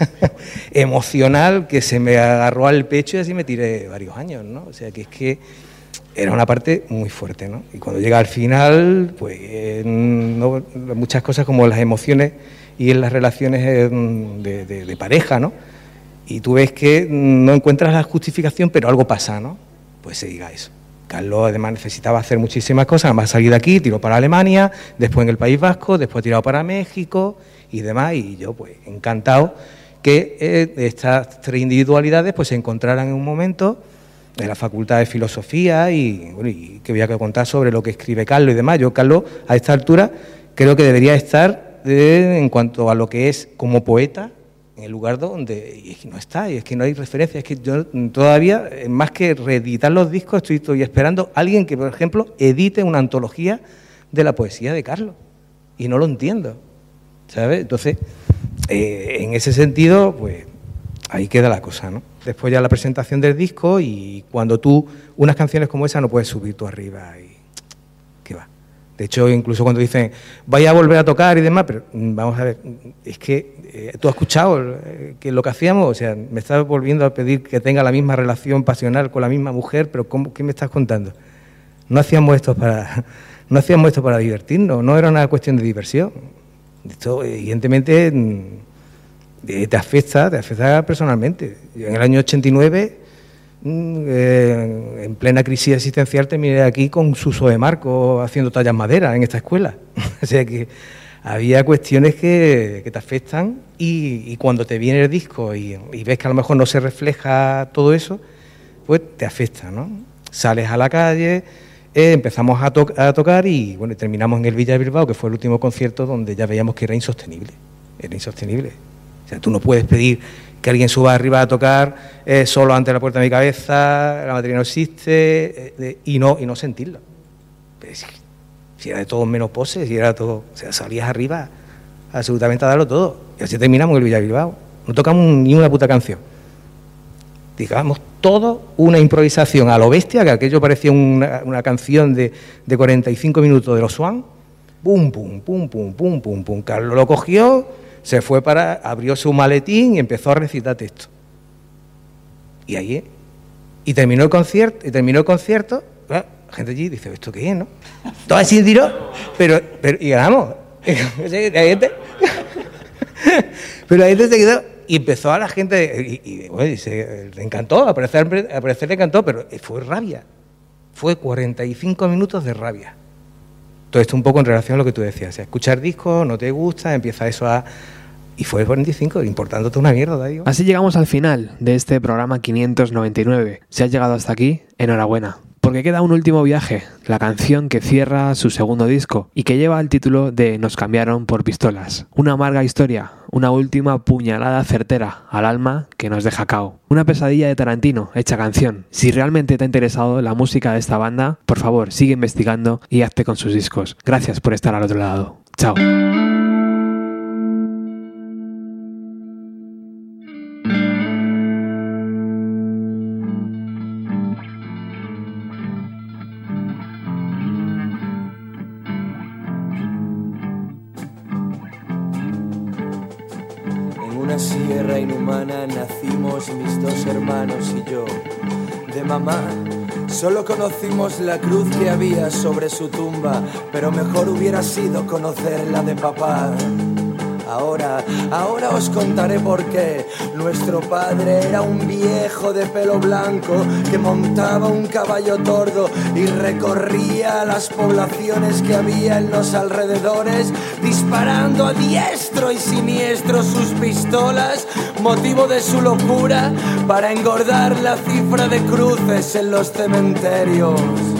emocional que se me agarró al pecho y así me tiré varios años, ¿no? O sea que es que era una parte muy fuerte, ¿no? Y cuando llega al final, pues eh, no, muchas cosas como las emociones y en las relaciones de, de, de pareja, ¿no? Y tú ves que no encuentras la justificación, pero algo pasa, ¿no? Pues se diga eso. Carlos además necesitaba hacer muchísimas cosas, además salir de aquí, tiró para Alemania, después en el País Vasco, después tirado para México y demás, y yo pues encantado que eh, estas tres individualidades pues se encontraran en un momento en la Facultad de Filosofía y, bueno, y que voy a contar sobre lo que escribe Carlos y demás. Yo, Carlos, a esta altura creo que debería estar de, en cuanto a lo que es como poeta, en el lugar donde y es que no está, y es que no hay referencia, es que yo todavía, más que reeditar los discos, estoy, estoy esperando a alguien que, por ejemplo, edite una antología de la poesía de Carlos, y no lo entiendo, ¿sabes? Entonces, eh, en ese sentido, pues, ahí queda la cosa, ¿no? Después ya la presentación del disco, y cuando tú, unas canciones como esa no puedes subir tú arriba, y ¿qué va? De hecho, incluso cuando dicen, vaya a volver a tocar y demás, pero vamos a ver, es que eh, tú has escuchado eh, que lo que hacíamos, o sea, me estás volviendo a pedir que tenga la misma relación pasional con la misma mujer, pero ¿cómo, ¿qué me estás contando? No hacíamos esto para, no hacíamos esto para divertirnos, no era una cuestión de diversión. Esto, evidentemente, te afecta, te afecta personalmente. En el año ochenta y nueve, Eh, en plena crisis existencial, terminé aquí con Suso de Marco haciendo tallas madera en esta escuela. O sea que había cuestiones que, que te afectan, y, y cuando te viene el disco y, y ves que a lo mejor no se refleja todo eso, pues te afecta, ¿no? Sales a la calle, eh, empezamos a, to- a tocar y bueno, terminamos en el Villa de Bilbao, que fue el último concierto donde ya veíamos que era insostenible, era insostenible. O sea, tú no puedes pedir que alguien suba arriba a tocar eh, solo ante la puerta de mi cabeza, la batería no existe, eh, de, y no y no sentirlo. Pues, si era de todo menos poses, si era todo, o sea, salías arriba absolutamente a darlo todo. Y así terminamos el Villa Bilbao. No tocamos ni una puta canción. Digamos, todo una improvisación a lo bestia, que aquello parecía una, una canción de, de cuarenta y cinco minutos de los Swan. Pum, pum, pum, pum, pum, pum, pum. Carlos lo cogió, se fue para, abrió su maletín y empezó a recitar texto. Y ahí, y terminó el concierto, y terminó el concierto, la gente allí dice, ¿esto qué es, no? Todo así tiró, pero, pero, y ganamos. La gente, pero la gente se quedó, y empezó a la gente, y, y, bueno, y se, le encantó, a parecer, a parecer le encantó, pero fue rabia. Fue cuarenta y cinco minutos de rabia. Todo esto un poco en relación a lo que tú decías, o sea, escuchar discos, no te gusta, empieza eso a... Y fue el cuarenta y cinco, importándote una mierda, digo. Así llegamos al final de este programa quinientos noventa y nueve. Si has llegado hasta aquí, enhorabuena. porque queda un último viaje, la canción que cierra su segundo disco y que lleva el título de Nos cambiaron por pistolas. Una amarga historia, una última puñalada certera al alma que nos deja cao. Una pesadilla de Tarantino hecha canción. Si realmente te ha interesado la música de esta banda, por favor, sigue investigando y hazte con sus discos. Gracias por estar al otro lado. Chao. Sierra inhumana nacimos mis dos hermanos y yo. De mamá solo conocimos la cruz que había sobre su tumba, pero mejor hubiera sido conocer la de papá. Ahora, ahora os contaré por qué. Nuestro padre era un viejo de pelo blanco que montaba un caballo tordo y recorría las poblaciones que había en los alrededores, disparando a diestro y siniestro sus pistolas, motivo de su locura para engordar la cifra de cruces en los cementerios.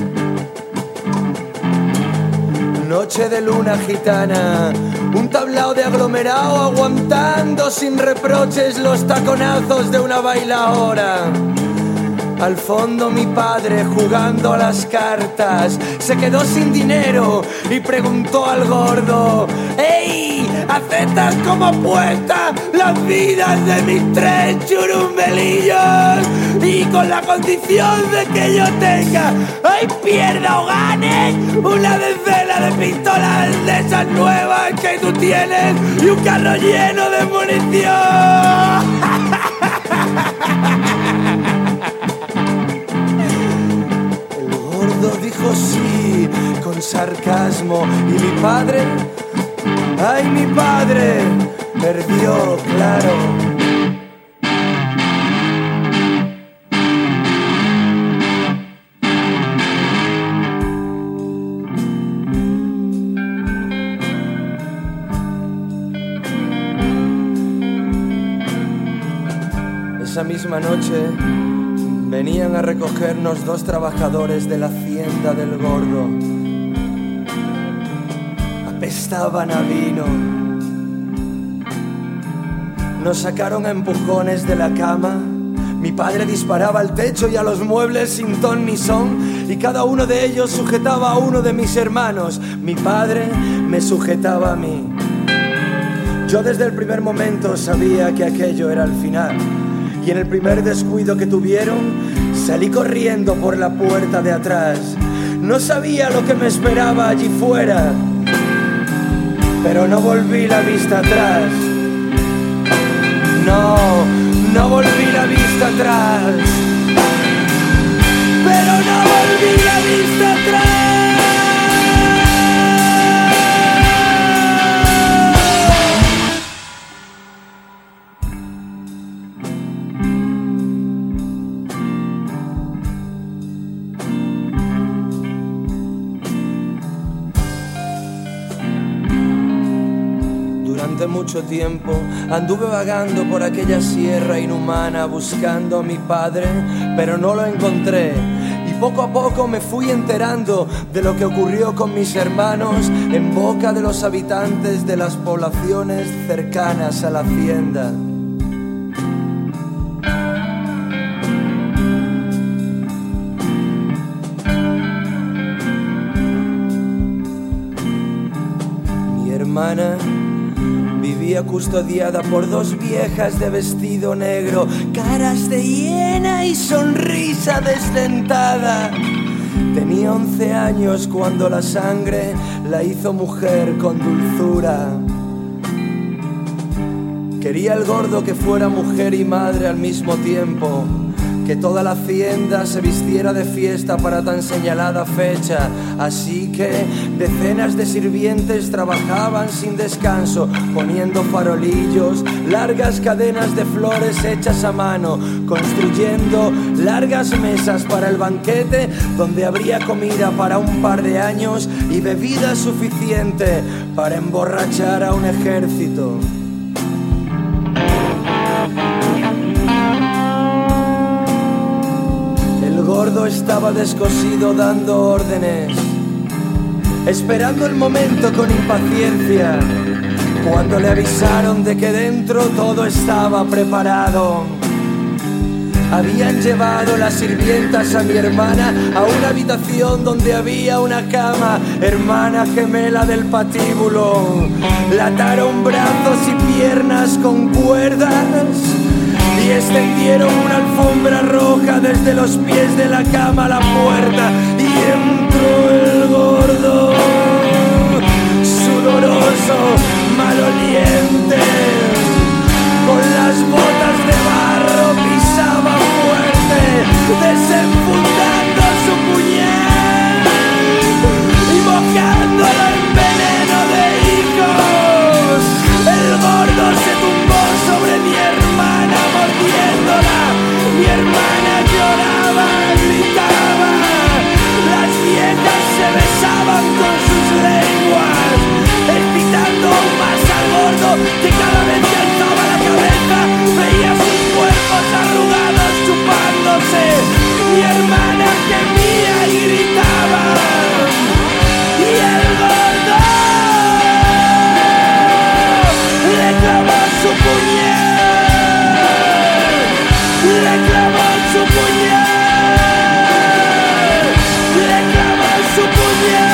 Noche de luna gitana, un tablao de aglomerado aguantando sin reproches los taconazos de una bailaora. Al fondo mi padre jugando a las cartas se quedó sin dinero y preguntó al gordo: ¡Ey! ¿Aceptas como apuesta las vidas de mis tres churumbelillos? Y con la condición de que yo tenga, ¡ay, pierda o gane! Una decena de pistolas de esas nuevas que tú tienes y un carro lleno de munición. Dijo sí con sarcasmo y mi padre, ay mi padre, perdió, claro. Esa misma noche venían a recogernos dos trabajadores de la hacienda del gordo. Apestaban a vino. Nos sacaron a empujones de la cama. Mi padre disparaba al techo y a los muebles sin ton ni son, y cada uno de ellos sujetaba a uno de mis hermanos. Mi padre me sujetaba a mí. Yo desde el primer momento sabía que aquello era el final. Y en el primer descuido que tuvieron, salí corriendo por la puerta de atrás. No sabía lo que me esperaba allí fuera, pero no volví la vista atrás. No, no volví la vista atrás. Pero no volví la vista atrás. Durante mucho tiempo anduve vagando por aquella sierra inhumana buscando a mi padre, pero no lo encontré. Y poco a poco me fui enterando de lo que ocurrió con mis hermanos en boca de los habitantes de las poblaciones cercanas a la hacienda. Mi hermana vivía custodiada por dos viejas de vestido negro, caras de hiena y sonrisa desdentada. Tenía once años cuando la sangre la hizo mujer con dulzura. Quería el gordo que fuera mujer y madre al mismo tiempo, que toda la hacienda se vistiera de fiesta para tan señalada fecha. Así que decenas de sirvientes trabajaban sin descanso, poniendo farolillos, largas cadenas de flores hechas a mano, construyendo largas mesas para el banquete donde habría comida para un par de años y bebida suficiente para emborrachar a un ejército. El gordo está estaba descosido dando órdenes, esperando el momento con impaciencia, cuando le avisaron de que dentro todo estaba preparado. Habían llevado las sirvientas a mi hermana a una habitación donde había una cama, hermana gemela del patíbulo. La ataron brazos y piernas con cuerdas y extendieron una alfombra roja desde los pies de la cama a la puerta, y entró el gordo, sudoroso, maloliente, con las botas de barro pisaba fuerte, desenfundando su puñal y mojándolo en veneno de hijos. El gordo se tumbó sobre mi hermana mordiéndola. Mi hermana lloraba, gritaba. Las viejas se besaban con sus lenguas, excitando aún más al gordo, que cada vez que alzaba la cabeza veía sus cuerpos arrugados chupándose. Mi hermana gemía y gritaba, y el gordo le clavó su puñal, le clavó su puñal, le clavó su puñal.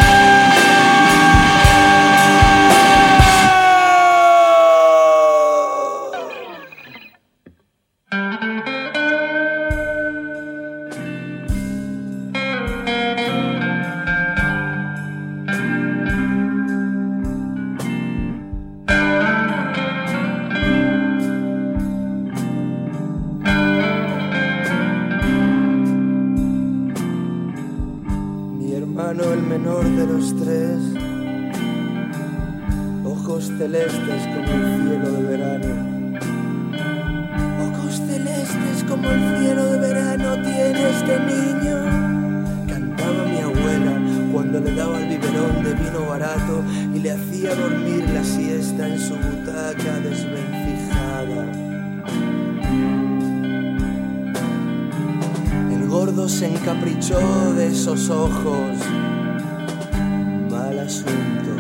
El menor de los tres, ojos celestes como el cielo de verano, ojos celestes como el cielo de verano tiene este niño, cantaba mi abuela cuando le daba el biberón de vino barato y le hacía dormir la siesta en su butaca desvencijada. El gordo se encaprichó de esos ojos. Mal asunto.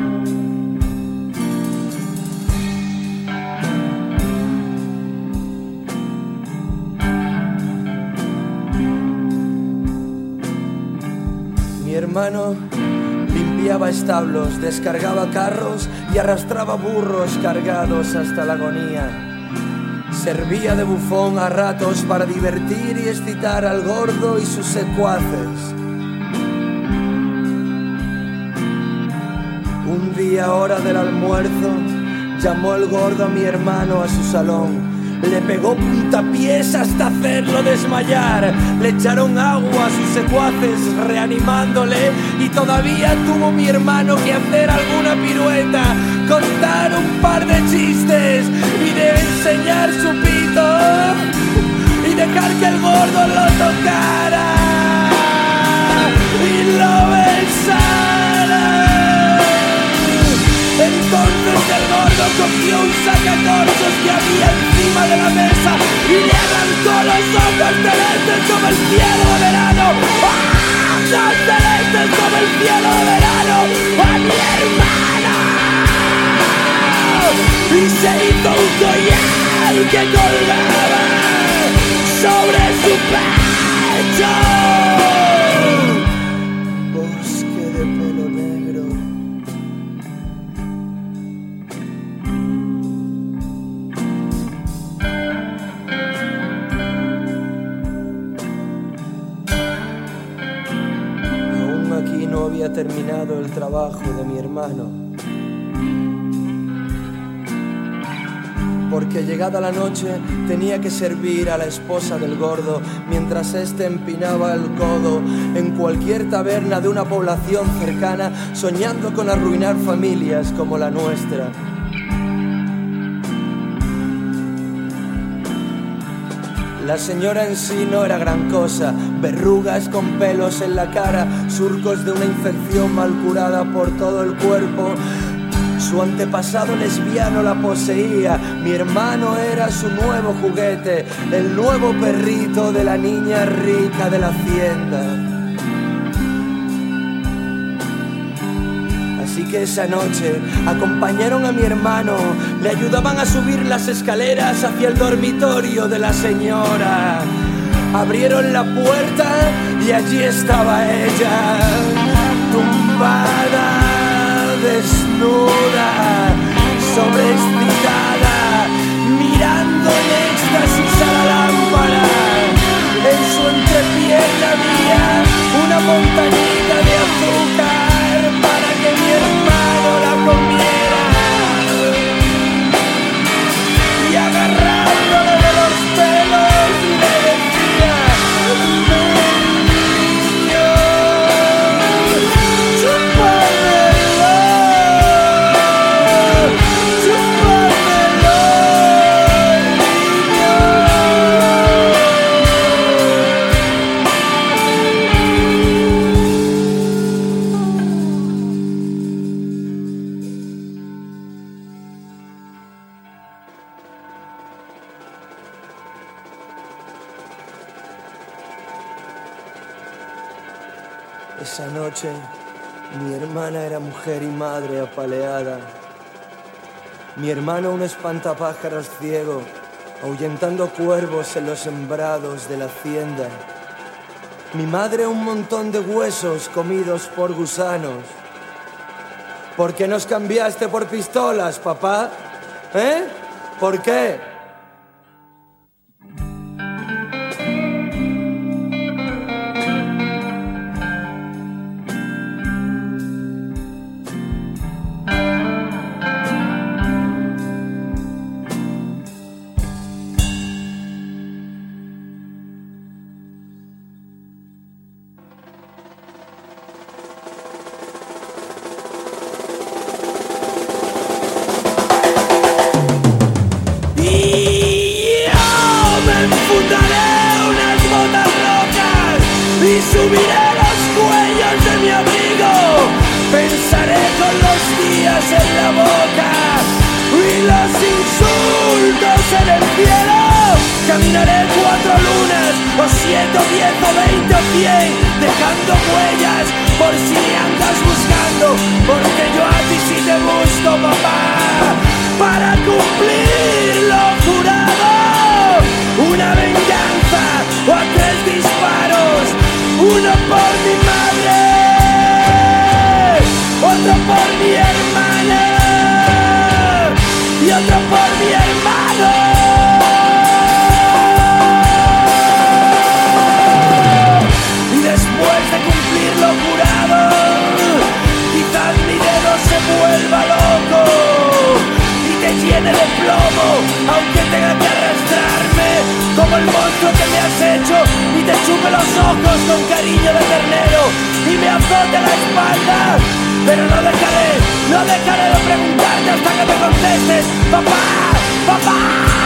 Mi hermano limpiaba establos, descargaba carros y arrastraba burros cargados hasta la agonía. Servía de bufón a ratos para divertir y excitar al gordo y sus secuaces. Un día, hora del almuerzo, llamó el gordo a mi hermano a su salón. Le pegó puntapiés hasta hacerlo desmayar. Le echaron agua a sus secuaces reanimándole, y todavía tuvo mi hermano que hacer alguna pirueta, contar un par de chistes y de enseñar su pito y dejar que el gordo lo tocara y lo besara. Entonces el gordo cogió un sacacorchos que había encima de la mesa y le arrancó los ojos celestes como el cielo de verano. ¡Ah! ¡Ojos celestes como el cielo de verano! ¡A mi hermana! Y se hizo un collar que colgaba sobre su pecho. Bosque de pelo negro. No había terminado el trabajo de mi hermano, porque llegada la noche tenía que servir a la esposa del gordo mientras éste empinaba el codo en cualquier taberna de una población cercana, soñando con arruinar familias como la nuestra. La señora en sí no era gran cosa, verrugas con pelos en la cara, surcos de una infección mal curada por todo el cuerpo. Su antepasado lesbiano la poseía, Mi hermano era su nuevo juguete, el nuevo perrito de la niña rica de la hacienda. Así que esa noche acompañaron a mi hermano, le ayudaban a subir las escaleras hacia el dormitorio de la señora. Abrieron la puerta y allí estaba ella, tumbada, desnuda, sobreexcitada, mirando en éxtasis a la lámpara. En su entrepierna había una montañita de azúcar para que mi hermano la comiera. Y agarrándole de los pelos le decía: niño, chúpamelo, chúpamelo, Esa noche mi hermana era mujer y madre apaleada. Mi hermano un espantapájaros ciego, ahuyentando cuervos en los sembrados de la hacienda. Mi madre un montón de huesos comidos por gusanos. ¿Por qué nos cambiaste por pistolas, papá? ¿Eh? ¿Por qué? Subiré los cuellos de mi abrigo, pensaré con los días en la boca y los insultos en el cielo. Caminaré cuatro lunas, o siete, o diez, o veinte, o cien, dejando huellas por si me andas buscando, porque yo a ti sí te busco, papá, para cumplir lo jurado. Una venganza o a tres disparos, uno por mi madre, otro por mi hermana y otro por mi hermano. Y después de cumplir lo jurado, quizás mi dedo se vuelva loco y te llene de plomo, aunque tenga que arrastrarme como el monstruo que me has hecho, y te chupe los ojos con cariño de ternero y me azote la espalda. Pero no dejaré, no dejaré de preguntarte hasta que me contestes: papá, papá,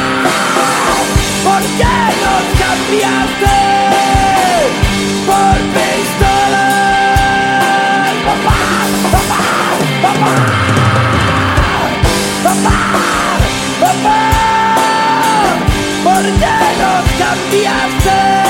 ¿por qué nos cambiaste por pistolas? Papá, papá, papá, papá, papá, ¿por qué nos cambiaste